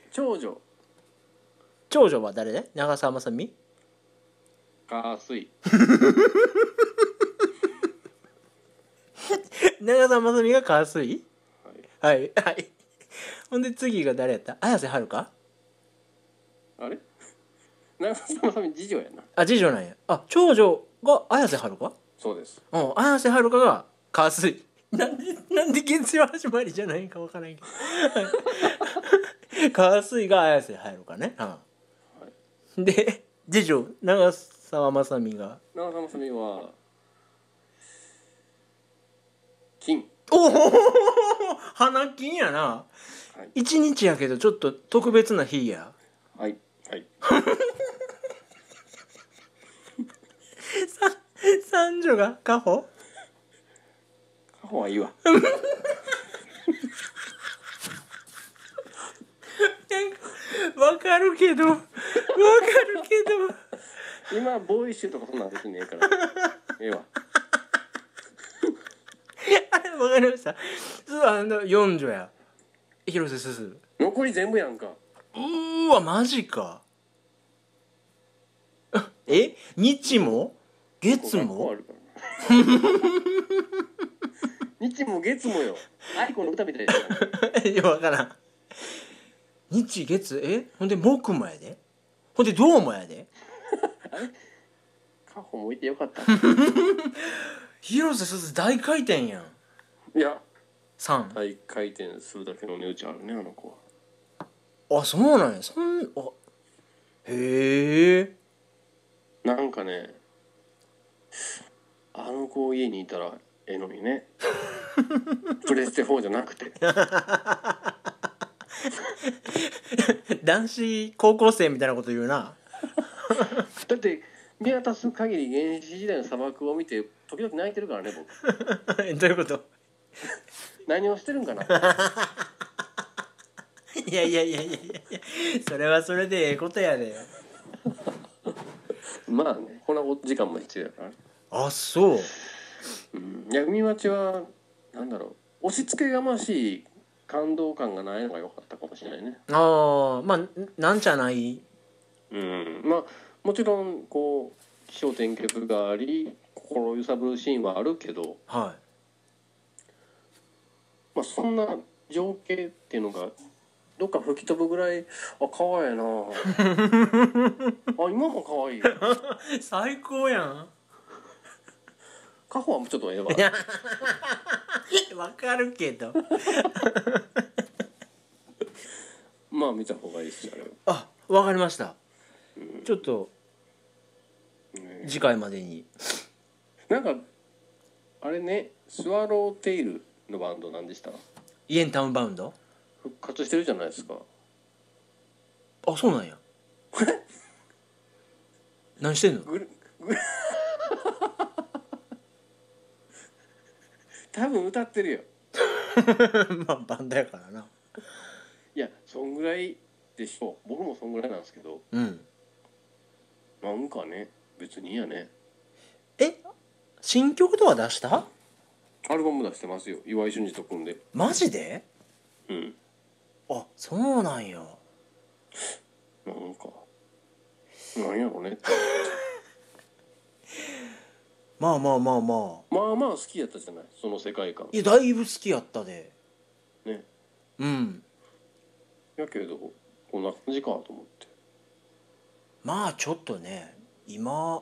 A: 女は誰で長澤まさみ
B: 火水
A: 長澤まさみが火水
B: はい
A: ほんで次が誰やった綾瀬はるか
B: あれ長澤まさみ次女やな。
A: あ次女なんやあ長女が綾瀬はるか
B: そうです。
A: 綾瀬はるかが火水なんで月曜始まりじゃないか分からんけど火水が綾瀬はるかね、で次女長澤まさみが
B: 長澤まさみは金
A: おお花金やな、一日やけどちょっと特別な日や
B: はい
A: 三女がカホ
B: カホはいいわ
A: わかるけど
B: 今ボーイッシュとかそんなん別にええからええわ
A: わかりました四女や広瀬すず
B: 残り全部やんか。
A: わマジか日も月も
B: 日も月もよ愛子の歌みたいじ
A: いや分からん日月ほんで木もやでほんで土もやで
B: カホもいてよかった
A: 広瀬すず大回転やん
B: いや
A: 3
B: 大回転するだけの値打ちあるねあの子
A: は。あそうなんやへえ
B: なんかねあの子家にいたらええのにねプレステ4じゃなくて
A: 男子高校生みたいなこと言うな。
B: だって見渡す限り原始時代の砂漠を見て時々泣いてるからね僕
A: どういうこと？
B: 何をしてるんかな。
A: いやいやいやいやいや、それはそれでええことやで。
B: まあね、こんなお時間も必要やからね。
A: あ、そう。
B: いや海町はなんだろう、押し付けがましい感動感がないのが良かったかもしれないね。
A: ああ、まあなんじゃない。
B: まあもちろんこう起承転結があり心揺さぶるシーンはあるけど、
A: は
B: まあそんな情景っていうのがどっか吹き飛ぶぐらい、あ可愛いなあ今も可愛い
A: い。最高やん。
B: カホはもうちょっとええわ。
A: わかるけど。
B: まあ見た方がいいっすよあれは。
A: あ、わかりました。ちょっと次回までに。
B: なんかあれね、スワローテイルのバンドなんでした？
A: イエンタウンバウンド。
B: 復活してるじゃないですか。
A: あ、そうなんや。何してんの？
B: 多分歌ってるよ。
A: まあバンドやからな。
B: いやそんぐらいでしょう。僕もそんぐらいなんですけど、
A: うん。
B: なんかね別にいいやね。
A: え、新曲とは出した？
B: アルバム出してますよ、岩井俊二と組んで。
A: マジで？
B: うん。
A: あ、そうなんや。
B: なんかなんやろね。
A: まあまあまあまあ。
B: まあまあ好きやったじゃない、その世界観
A: いや、だいぶ好きやったで。
B: ね。
A: うん。
B: やけどこんな感じかと思って。
A: まあちょっとね、今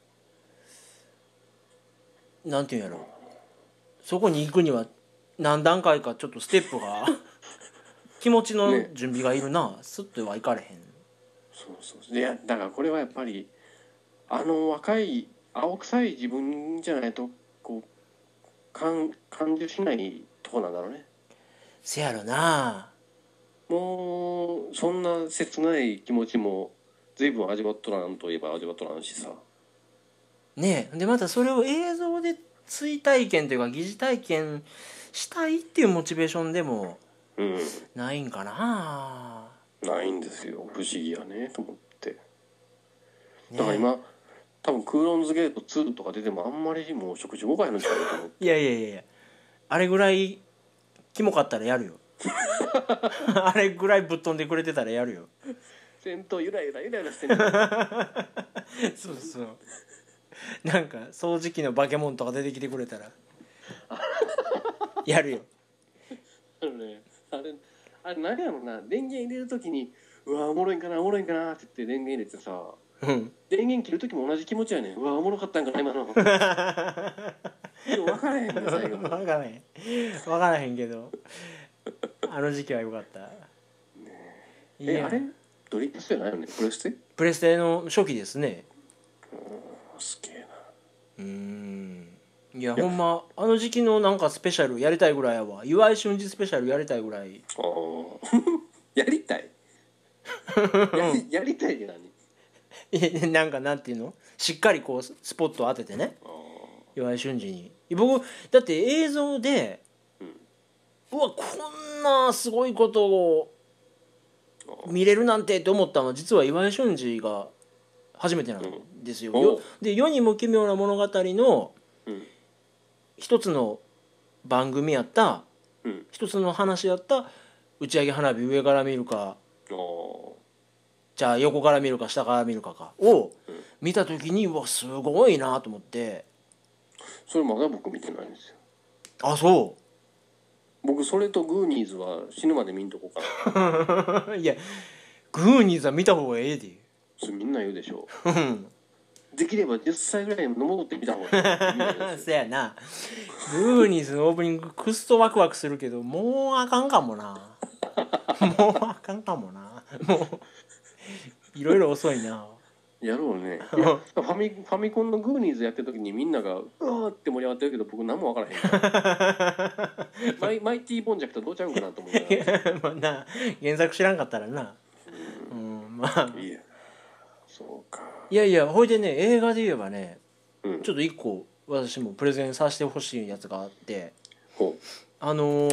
A: なんていうんやろ、そこに行くには何段階かちょっとステップが気持ちの準備がいるな。スッとはいかれへん。
B: そうそう。いやだからこれはやっぱりあの若い青臭い自分じゃないとこう感受しないとこなんだろうね。
A: せやろな。
B: もうそんな切ない気持ちも随分味わっとらんといえば味わっとらんしさ。
A: ねえ、でまたそれを映像で追体験というか疑似体験したいっていうモチベーションでもないんかな。
B: ないんですよ、不思議やねと思って。
A: ね、
B: だから今多分クーロンズゲート2とか出てもあんまりもう食事誤解の違いと思って。
A: いやいやいや、あれぐらいキモかったらやるよ。あれぐらいぶっ飛んでくれてたらやるよ。
B: 戦闘ゆらゆらゆらゆらしてる。
A: そうそう。なんか掃除機のバケモンとか出てきてくれたらやるよ。
B: ね、あれ何やろな、電源入れるときにうわおもろいんかなおもろいんかなって言って電源入れてさ、電源切るときも同じ気持ちやねん。うわおもろかったんかな今の。でも分からへんね最後。
A: 分からへん分からへんけど、あの時期は良かった。
B: ね、あれドリップスじゃないよね、プレステ？
A: プレステの初期ですね。
B: すげえな。
A: いやほんまあの時期のなんかスペシャルやりたいぐらいやわ。岩井俊二スペシャルやりたいぐらい。
B: やりたいやりたいって何？
A: なんかなんていうの、しっかりこうスポットを当ててね、岩井俊二に。僕だって映像で、うわこんなすごいことを見れるなんてって思ったのは実は岩井俊二が初めてなんですよ。で世にも奇妙な物語の一つの番組やった、一つの話やった打ち上げ花火上から見るかじゃあ横から見るか下から見るかを見た時にうわすごいなと思って。
B: それまだ僕見てないんですよ。
A: あ、そう。
B: 僕それとグーニーズは死ぬまで見んとこか
A: な。いやグーニーズは見た方がええで。
B: それみんな言うでしょ。できれば10歳ぐらいに戻ってみた方がいい。
A: そやな。グーニーズのオープニングクスとワクワクするけどもうあかんかもな。もうあかんかもな。もういろいろ遅いな。
B: やろうね。いやファミコンのグーニーズやってる時にみんながうわーって盛り上がってるけど僕何も分からへんからマイティーボンジャクとどうちゃうんかなと思って
A: まあな、原作知らんかったらな。まあ
B: いやそうか。
A: いやいや、ほいでね、映画で言えばね、ちょっ
B: と
A: と一個私もプレゼンさせてほしいやつがあって、
B: ほ
A: ア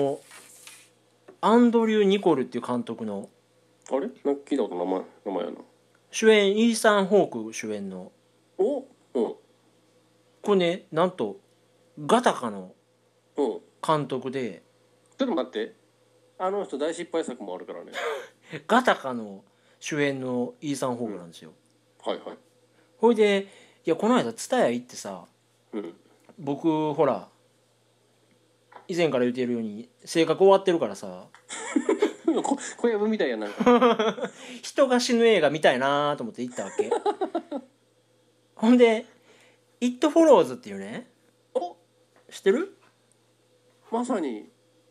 A: ンドリュー・ニコルっていう監督の、
B: うあれなんか聞いたこと名前やな。
A: 主演イーサン・ホーク主演の、
B: おうん
A: これね、なんとガタカの
B: うん
A: 監督で、
B: ちょっと待って、あの人大失敗作もあるからね。
A: ガタカの主演のイーサン・ホークなんですよ。
B: はいはい。
A: ほいで、いやこの間蔦屋行ってさ、僕ほら以前から言ってるように性格終わってるからさ
B: 小籔みたいやなんか
A: 人が死ぬ映画見たいなと思って行ったわけほんで「イット・フォローズ」っていうね、
B: お
A: 知ってる？
B: まさに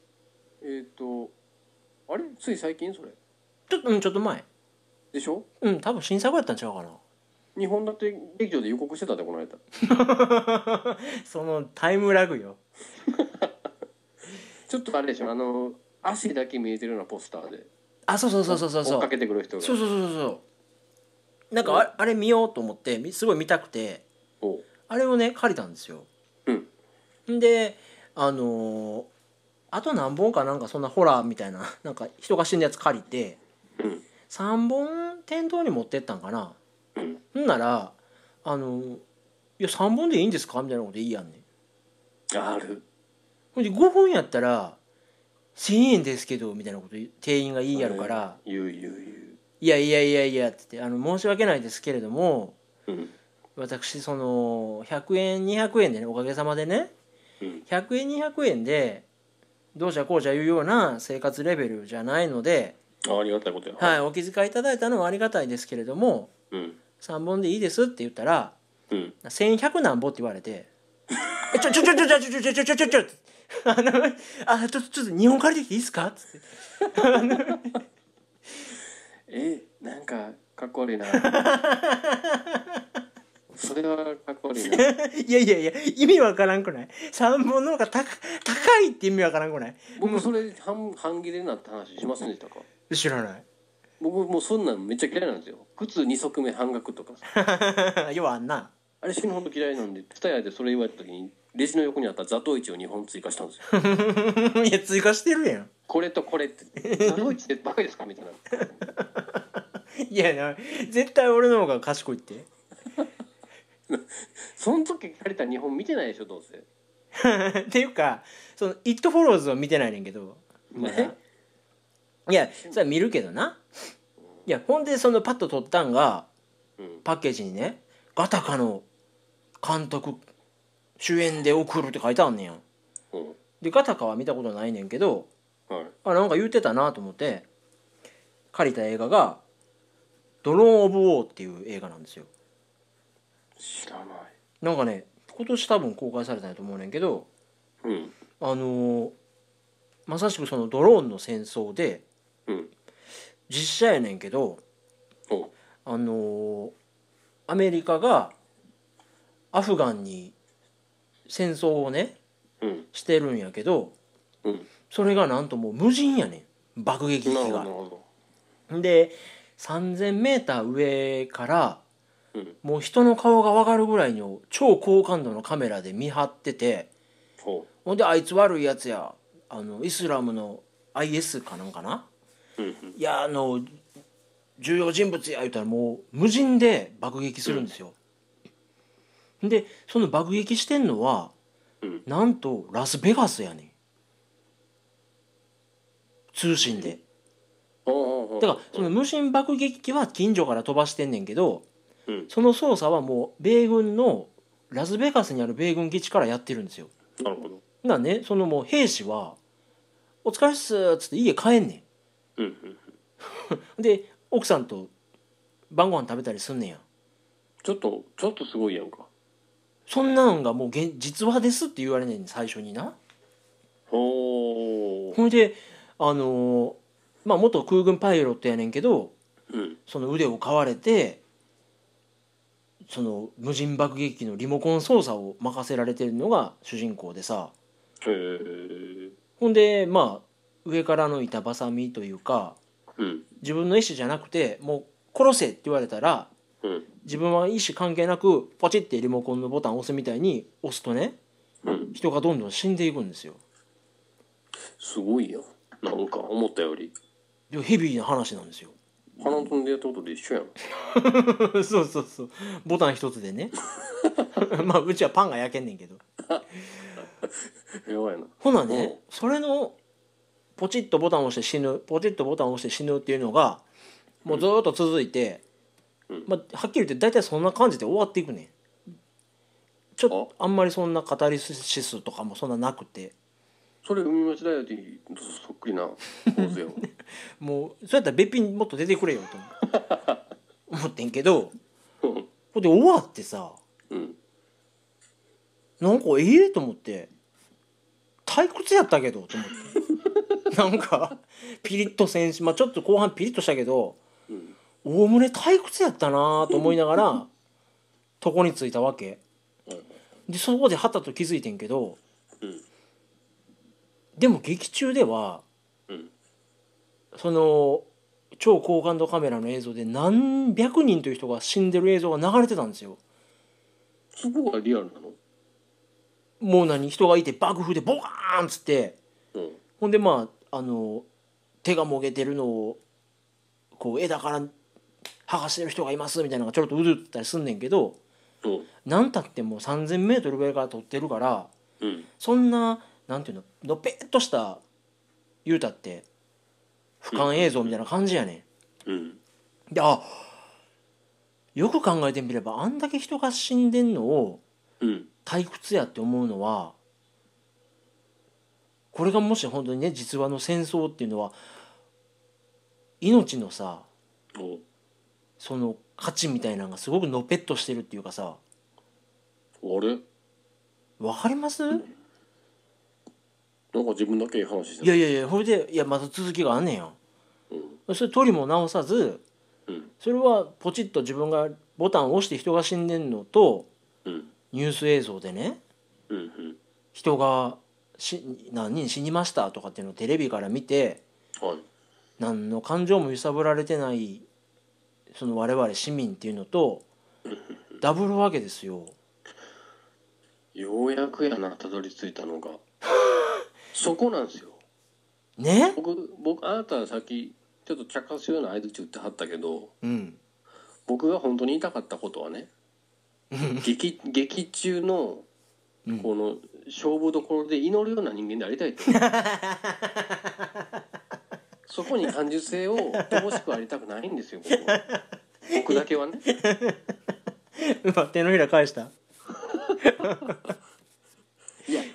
B: あれつい最近それ
A: ちょっと前
B: でしょ。
A: 多分新作やったんちゃうかな。
B: 日本だって劇場で予告してたでこの間
A: そのタイムラグよ。
B: ちょっとあれでしょ、足だけ見えてるようなポスターで
A: あ、そう
B: 追っかけてくる人が
A: なんかあれ見ようと思ってすごい見たくて、あれをね借りたんですよ。であと何本かなんかそんなホラーみたいななんか人が死ぬやつ借りて、3本店頭に持ってったんかな。ほんなら「いや3本でいいんですか?」みたいなこと言いやんねん。
B: ある。
A: ほんで5本やったら1000円ですけどみたいなこと店員が言いやるから「いやいやいやいや」って言って申し訳ないですけれども、私その100円200円でね、おかげさまでね、100円200円でどうじゃこうじゃいうような生活レベルじゃないので、
B: ありがたいことや。
A: はい、お気遣いいただいたのはありがたいですけれども、3本でいいですって言ったら、1100何本って言われて「ちょちょっと日本借りてきていいですか?」っつって
B: なんかかっこ悪いなそれはかっこ悪いな。
A: いやいやいや、意味わからんくない？3本の方が高いって意味わからんくない？
B: 僕それ半切れになった話しませんでしたか？
A: 知らない。
B: 僕もうそんなんめっちゃ嫌いなんですよ。靴2足目半額とか
A: さ要はあんな
B: あれ死ぬほど嫌いなんで、ツタヤでそれ言われた時にレジの横にあったザトウイチを2本追加したんですよ。
A: いや追加してるやん。
B: これとこれってザトウイチってバカですかみたいな。
A: いやな、絶対俺の方が賢いって
B: その時借りた2本見てないでしょどうせ。
A: っていうかその「イット・フォローズ」は見てないねんけど、まだいやそれは見るけどな。いやほんでそのパッと撮ったんが、パッケージにね「ガタカの監督主演で送る」って書いてあんねんやん。でガタカは見たことないねんけど、なんか言ってたなと思って借りた映画が「ドローン・オブ・ウォー」っていう映画なんですよ。
B: 知らない。
A: なんかね今年多分公開されたんやと思うねんけど、まさしくそのドローンの戦争で、実写やねんけど、アメリカがアフガンに戦争をね、してるんやけど、それがなんともう無人やねん、爆撃機が。で 3000m 上から、もう人の顔が分かるぐらいの超高感度のカメラで見張ってて、ほんであいつ悪いやつや、イスラムの IS かなんかな、いや重要人物や言うたらもう無人で爆撃するんですよ。でその爆撃してんのは、なんとラスベガスやねん、通信で。だからその無人爆撃機は近所から飛ばしてんねんけど、その操作はもう米軍のラスベガスにある米軍基地からやってるんですよ。
B: なるほど。
A: だね、そのもう兵士は「お疲れっす」っつって家帰んねん。で奥さんと晩ご飯食べたりすんねんや。
B: ちょっとすごいやんか。
A: そんなんがもう実話ですって言われねん最初にな。
B: ほ
A: いで元空軍パイロットやねんけど、その腕を買われてその無人爆撃機のリモコン操作を任せられてるのが主人公でさ、
B: へえ。
A: ほんでまあ上からの板挟みというか、自分の意思じゃなくてもう殺せって言われたら、自分は意思関係なくポチってリモコンのボタンを押すみたいに押すとね、人がどんどん死んでいくんですよ。
B: すごいやん。なんか思ったより
A: でヘビーな話なんですよ。
B: 鼻飛んでやったことで一緒やん。
A: そうそうそう、ボタン一つでねまあうちはパンが焼けんねんけど
B: やばいな。
A: ほなね、それのポチッとボタンを押して死ぬ、ポチッとボタンを押して死ぬっていうのがもうずっと続いて、まあ、はっきり言って大体そんな感じで終わっていくねん。ちょっとあんまりそんなカタリシスとかもそんななくて、
B: それ海町大学にそっくりな構図やん。
A: もうそうやったら別品もっと出てくれよと思ってんけど、ほんで終わってさ、なんかと思って退屈やったけどと思ってなんかピリッとせんし、まあ、ちょっと後半ピリッとしたけどおおむね退屈やったなと思いながら床に着いたわけで、そこではたと気づいてんけど、でも劇中では、その超高感度カメラの映像で何百人という人が死んでる映像が流れてたんですよ。
B: そこがリアルなの？
A: もう人がいて爆風でボカーンっつって、ほんでまあ手がもげてるのをこう枝から剥がしてる人がいますみたいなのがちょろっとうずったりすんねんけど、なんたってもう 3000 メートル上から撮ってるから、そんななんていうののぺっとした言うたって俯瞰映像みたいな感じやねん。でよく考えてみればあんだけ人が死んでんのを退屈やって思うのは、これがもし本当にね実話の戦争っていうのは命のさ、その価値みたいなのがすごくのぺっとしてるっていうかさ、
B: あれ
A: わかります？
B: なんか自分だけいい話して
A: いやいやいや、これでまた続きがあんねんや、それ取りも直さず、それはポチッと自分がボタンを押して人が死んでんのと、ニュース映像でね、人が何人死にましたとかっていうのをテレビから見て、何の感情も揺さぶられてないその我々市民っていうのとダブるわけですよ。
B: ようやくやな、たどり着いたのがそこなんですよ
A: ね。
B: 僕あなたはさっきちょっと茶化すような相槌打ってはったけど、僕が本当に言いたかったことはね劇中のこの勝負どころで祈るような人間でありたいとそこに感受性を乏しくありたくないんですよ僕だけはね
A: 手のひら返した。
B: いや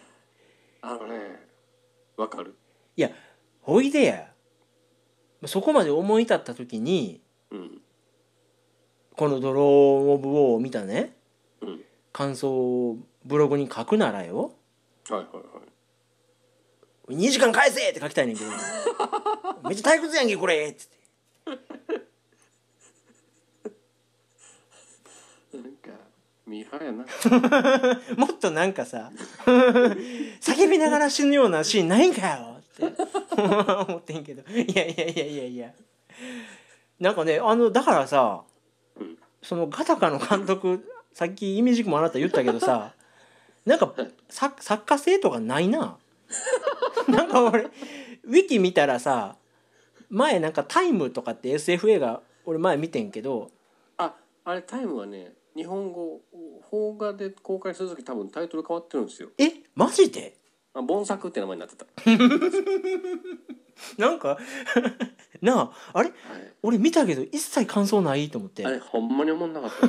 B: わかる。
A: いやほいでやそこまで思い立った時に、この「ドロー・オブ・ウォー」を見たね、感想をブログに書くならよ、2時間返せって書きたいねんけどめっちゃ退屈やんけこれっつって
B: なんかミーハーやな
A: もっとなんかさ叫びながら死ぬようなシーンないんかよって思ってんけど、いやなんかねだからさ、そのガタカの監督さっきイメージもあなた言ったけどさ、なんか作家性とかないななんか俺ウィキ見たらさ、前なんかタイムとかって SF 映画俺前見てんけど、
B: あれタイムはね日本語邦画で公開する時多分タイトル変わってるんですよ。
A: マジで？
B: 盆作って名前になってた
A: なんかなああれ、俺見たけど一切感想ないと思って、
B: あれほんまに思んなかった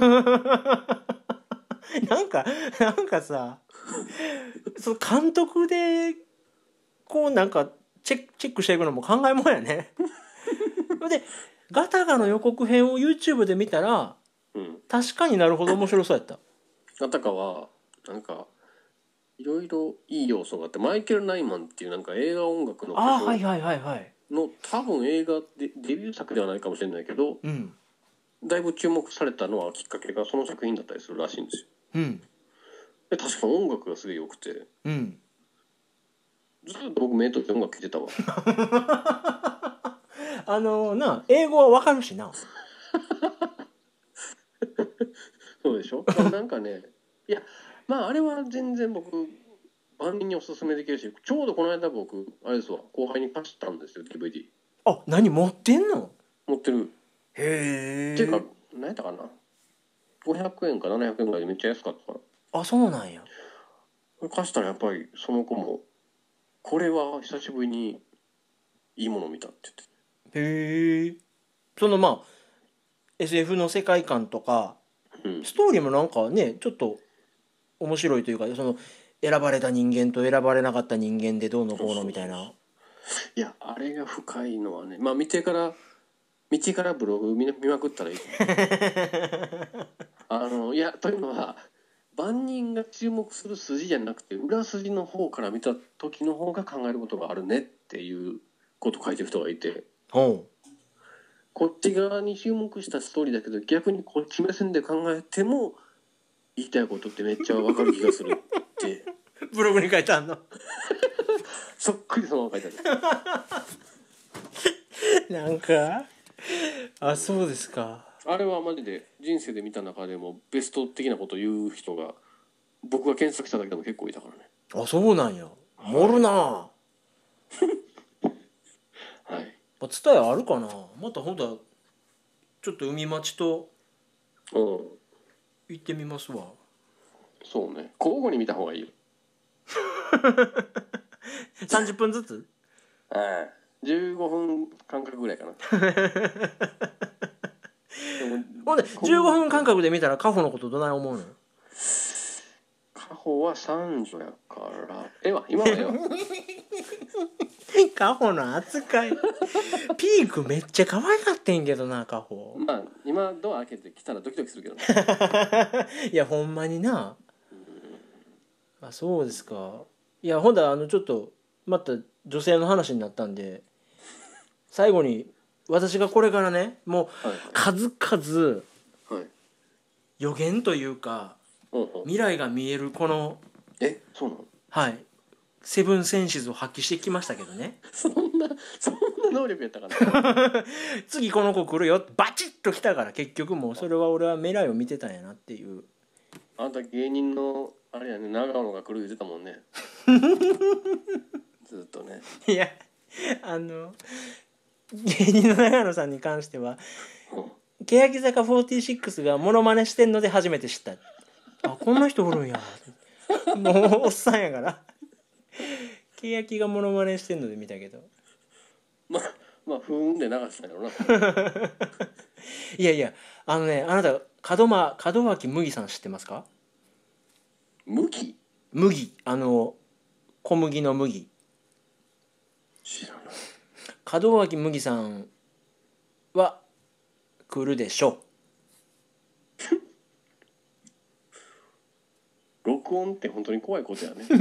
A: なんかさその監督でこうなんかチェックしていくのも考えもんやねでガタガの予告編を YouTube で見たら、確かになるほど面白そうやった。
B: ガタカはなんかいろいろいい要素があって、マイケル・ナイマンっていうなんか映画音楽のの多分映画でデビュー作ではないかもしれないけど、 だいぶ注目されたのはきっかけがその作品だったりするらしいんですよ。
A: うん
B: で確か音楽がすげえ良くて、
A: うん
B: ずっと僕目とって音楽聴いてたわ。
A: 英語はわかるしな。
B: そうでしょ。まあなんかね、いやまああれは全然僕万人におすすめできるし、ちょうどこの間僕あれですわ、後輩に貸したんですよ DVD。
A: あ、何持ってんの？
B: 持ってる。
A: へえ。
B: っていうか何やったかな、500円か700円ぐらいでめっちゃ安かったから、
A: あ、そうなんや。
B: これ貸したらやっぱりその子もこれは久しぶりにいいものを見たって言って。
A: へえ。そのまあ SF の世界観とか
B: うん
A: ストーリーもなんかねちょっと面白いというか、その選ばれた人間と選ばれなかった人間でどうのこうのみたいな。
B: いやあれが深いのはね、まあ見てからブログ見まくったらいいと思う。いやというのは万人が注目する筋じゃなくて裏筋の方から見た時の方が考えることがあるねっていうことを書いてる人がいて、
A: ほ
B: こっち側に注目したストーリーだけど逆にこっち目線で考えても言いたいことってめっちゃわかる気がするって
A: う。ブログに書いてあんの。
B: そっくりそのまま書いてある。
A: なんか、あ、そうですか。
B: あれはマジで人生で見た中でもベスト的なことを言う人が僕が検索しただけでも結構いたからね。
A: あ、そうなんや。盛るな。
B: はい。
A: ツタヤあるかな。またほんとはちょっと海町と
B: うん。
A: 行ってみますわ。
B: そうね。交互に見た方がいいよ。
A: 30分ずつ。
B: はい。15分間隔ぐらいかな。でも
A: ほんで15分間隔で見たらカホのことどない思うの？
B: カホは三女やから今は
A: カホの扱いピークめっちゃ可愛かってんけどな、カホ。
B: まあ今ドア開けて来たらドキドキするけどね。
A: いやほんまにな。あ、そうですか。いやほんだらちょっとまた女性の話になったんで、最後に私がこれからねもう
B: はい
A: 数々
B: はい。
A: 予言というか
B: うんうん。
A: 未来が見えるこの
B: そうなの？
A: はいセブンセンシズを発揮してきましたけどね。
B: そんな能力やったかな。
A: 次この子来るよバチッと来たから、結局もうそれは俺は未来を見てたんやなっていう。
B: あんた芸人のあれやね、長野が来る言ってたもんね。ずっとね。
A: いや芸人の長野さんに関しては欅坂46がモノマネしてんので初めて知った。あ、こんな人おるんや。もうおっさんやから欅がモノマネしてんので見たけど、
B: まあふーんで流したんやろな。
A: いやいやあなた門脇麦さん知ってますか？
B: 麦？
A: 麦、小麦の麦。
B: 知らない。
A: 門脇麦さんは来るでしょ
B: 録音って本当に怖いことやね。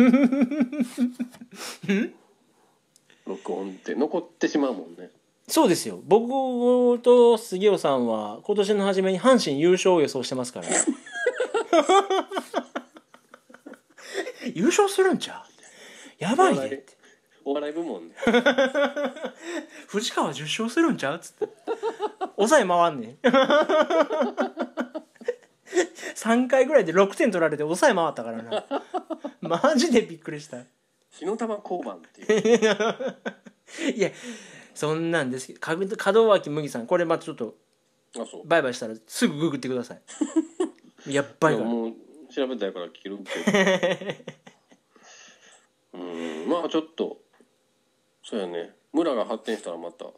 B: 録音って残ってしまうもんね。
A: う。そうですよ。僕と杉尾さんは今年の初めに阪神優勝を予想してますから優勝するんちゃう？やばいねって。
B: お笑い部門ね。
A: 藤川10勝するんちゃうっつって抑え回んねん3回ぐらいで6点取られて抑え回ったからなマジでびっくりした。
B: 火の玉交番っていう。
A: いやそんなんですけど、門脇麦さんこれまたちょっと
B: あ、そう。
A: バイバイしたらすぐググってくださいやっばいから。
B: もう調べたいから聞けるけど。まあちょっとそうやね。村が発展したらまた。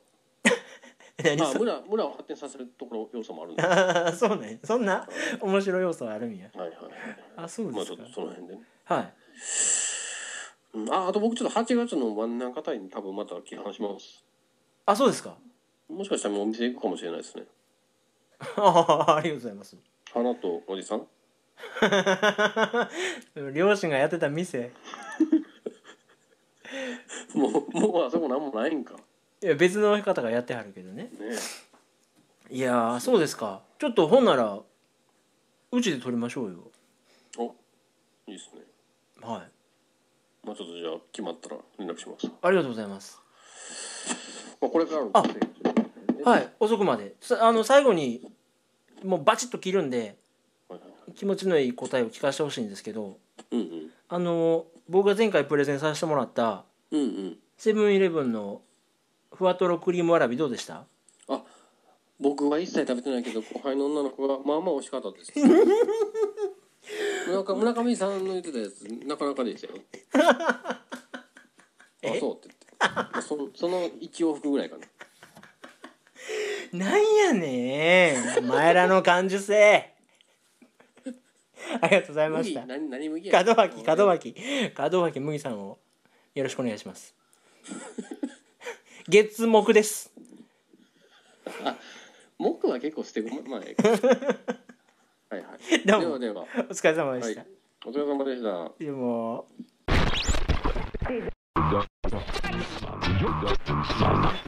B: 村を発展させるところ要素もあるんで。
A: あそうね、そんな面白い要素はあるんや。
B: はいはいはい。
A: あ、そうですか。
B: まあちょっとその辺でね。
A: はい。
B: あと僕ちょっと8月の真ん中あたりに多分また起販します。
A: あ、そうですか。
B: もしかしたらもうお店行くかもしれないですね。
A: ありがとうございます。
B: 花とおじさん。
A: 両親がやってた店。
B: もうあそこなんもないんか。
A: いや別の方がやってはるけどね。
B: ね
A: いやそうですか。 ちょっとほんならうちで撮りましょうよ。
B: お、いいですね。
A: はい。
B: まあちょっとじゃあ決まったら連絡します。
A: ありがとうございます。
B: まあこれからの
A: はい、遅くまで最後にもうバチッと切るんで、
B: はいはい、
A: 気持ちのいい答えを聞かせてほしいんですけど、
B: うんうん、
A: 僕が前回プレゼンさせてもらった
B: うんうん、
A: セブンイレブンのふわとろクリームわらびどうでした？
B: あ、僕は一切食べてないけど後輩の女の子がまあまあ美味しかったです。村上さんの言ってたやつなかなかでしたよ。あ、そうって言ってその1往復ぐらいかな。
A: なんやねんお前らの感受性ありがとうございました。
B: 何麦や
A: 門脇麦さんをよろしくお願いします月木です。
B: あ、木は結構捨て駒前はいはい。
A: どうも
B: では
A: お疲れ様でした、
B: はい、お疲れ様でした。
A: でも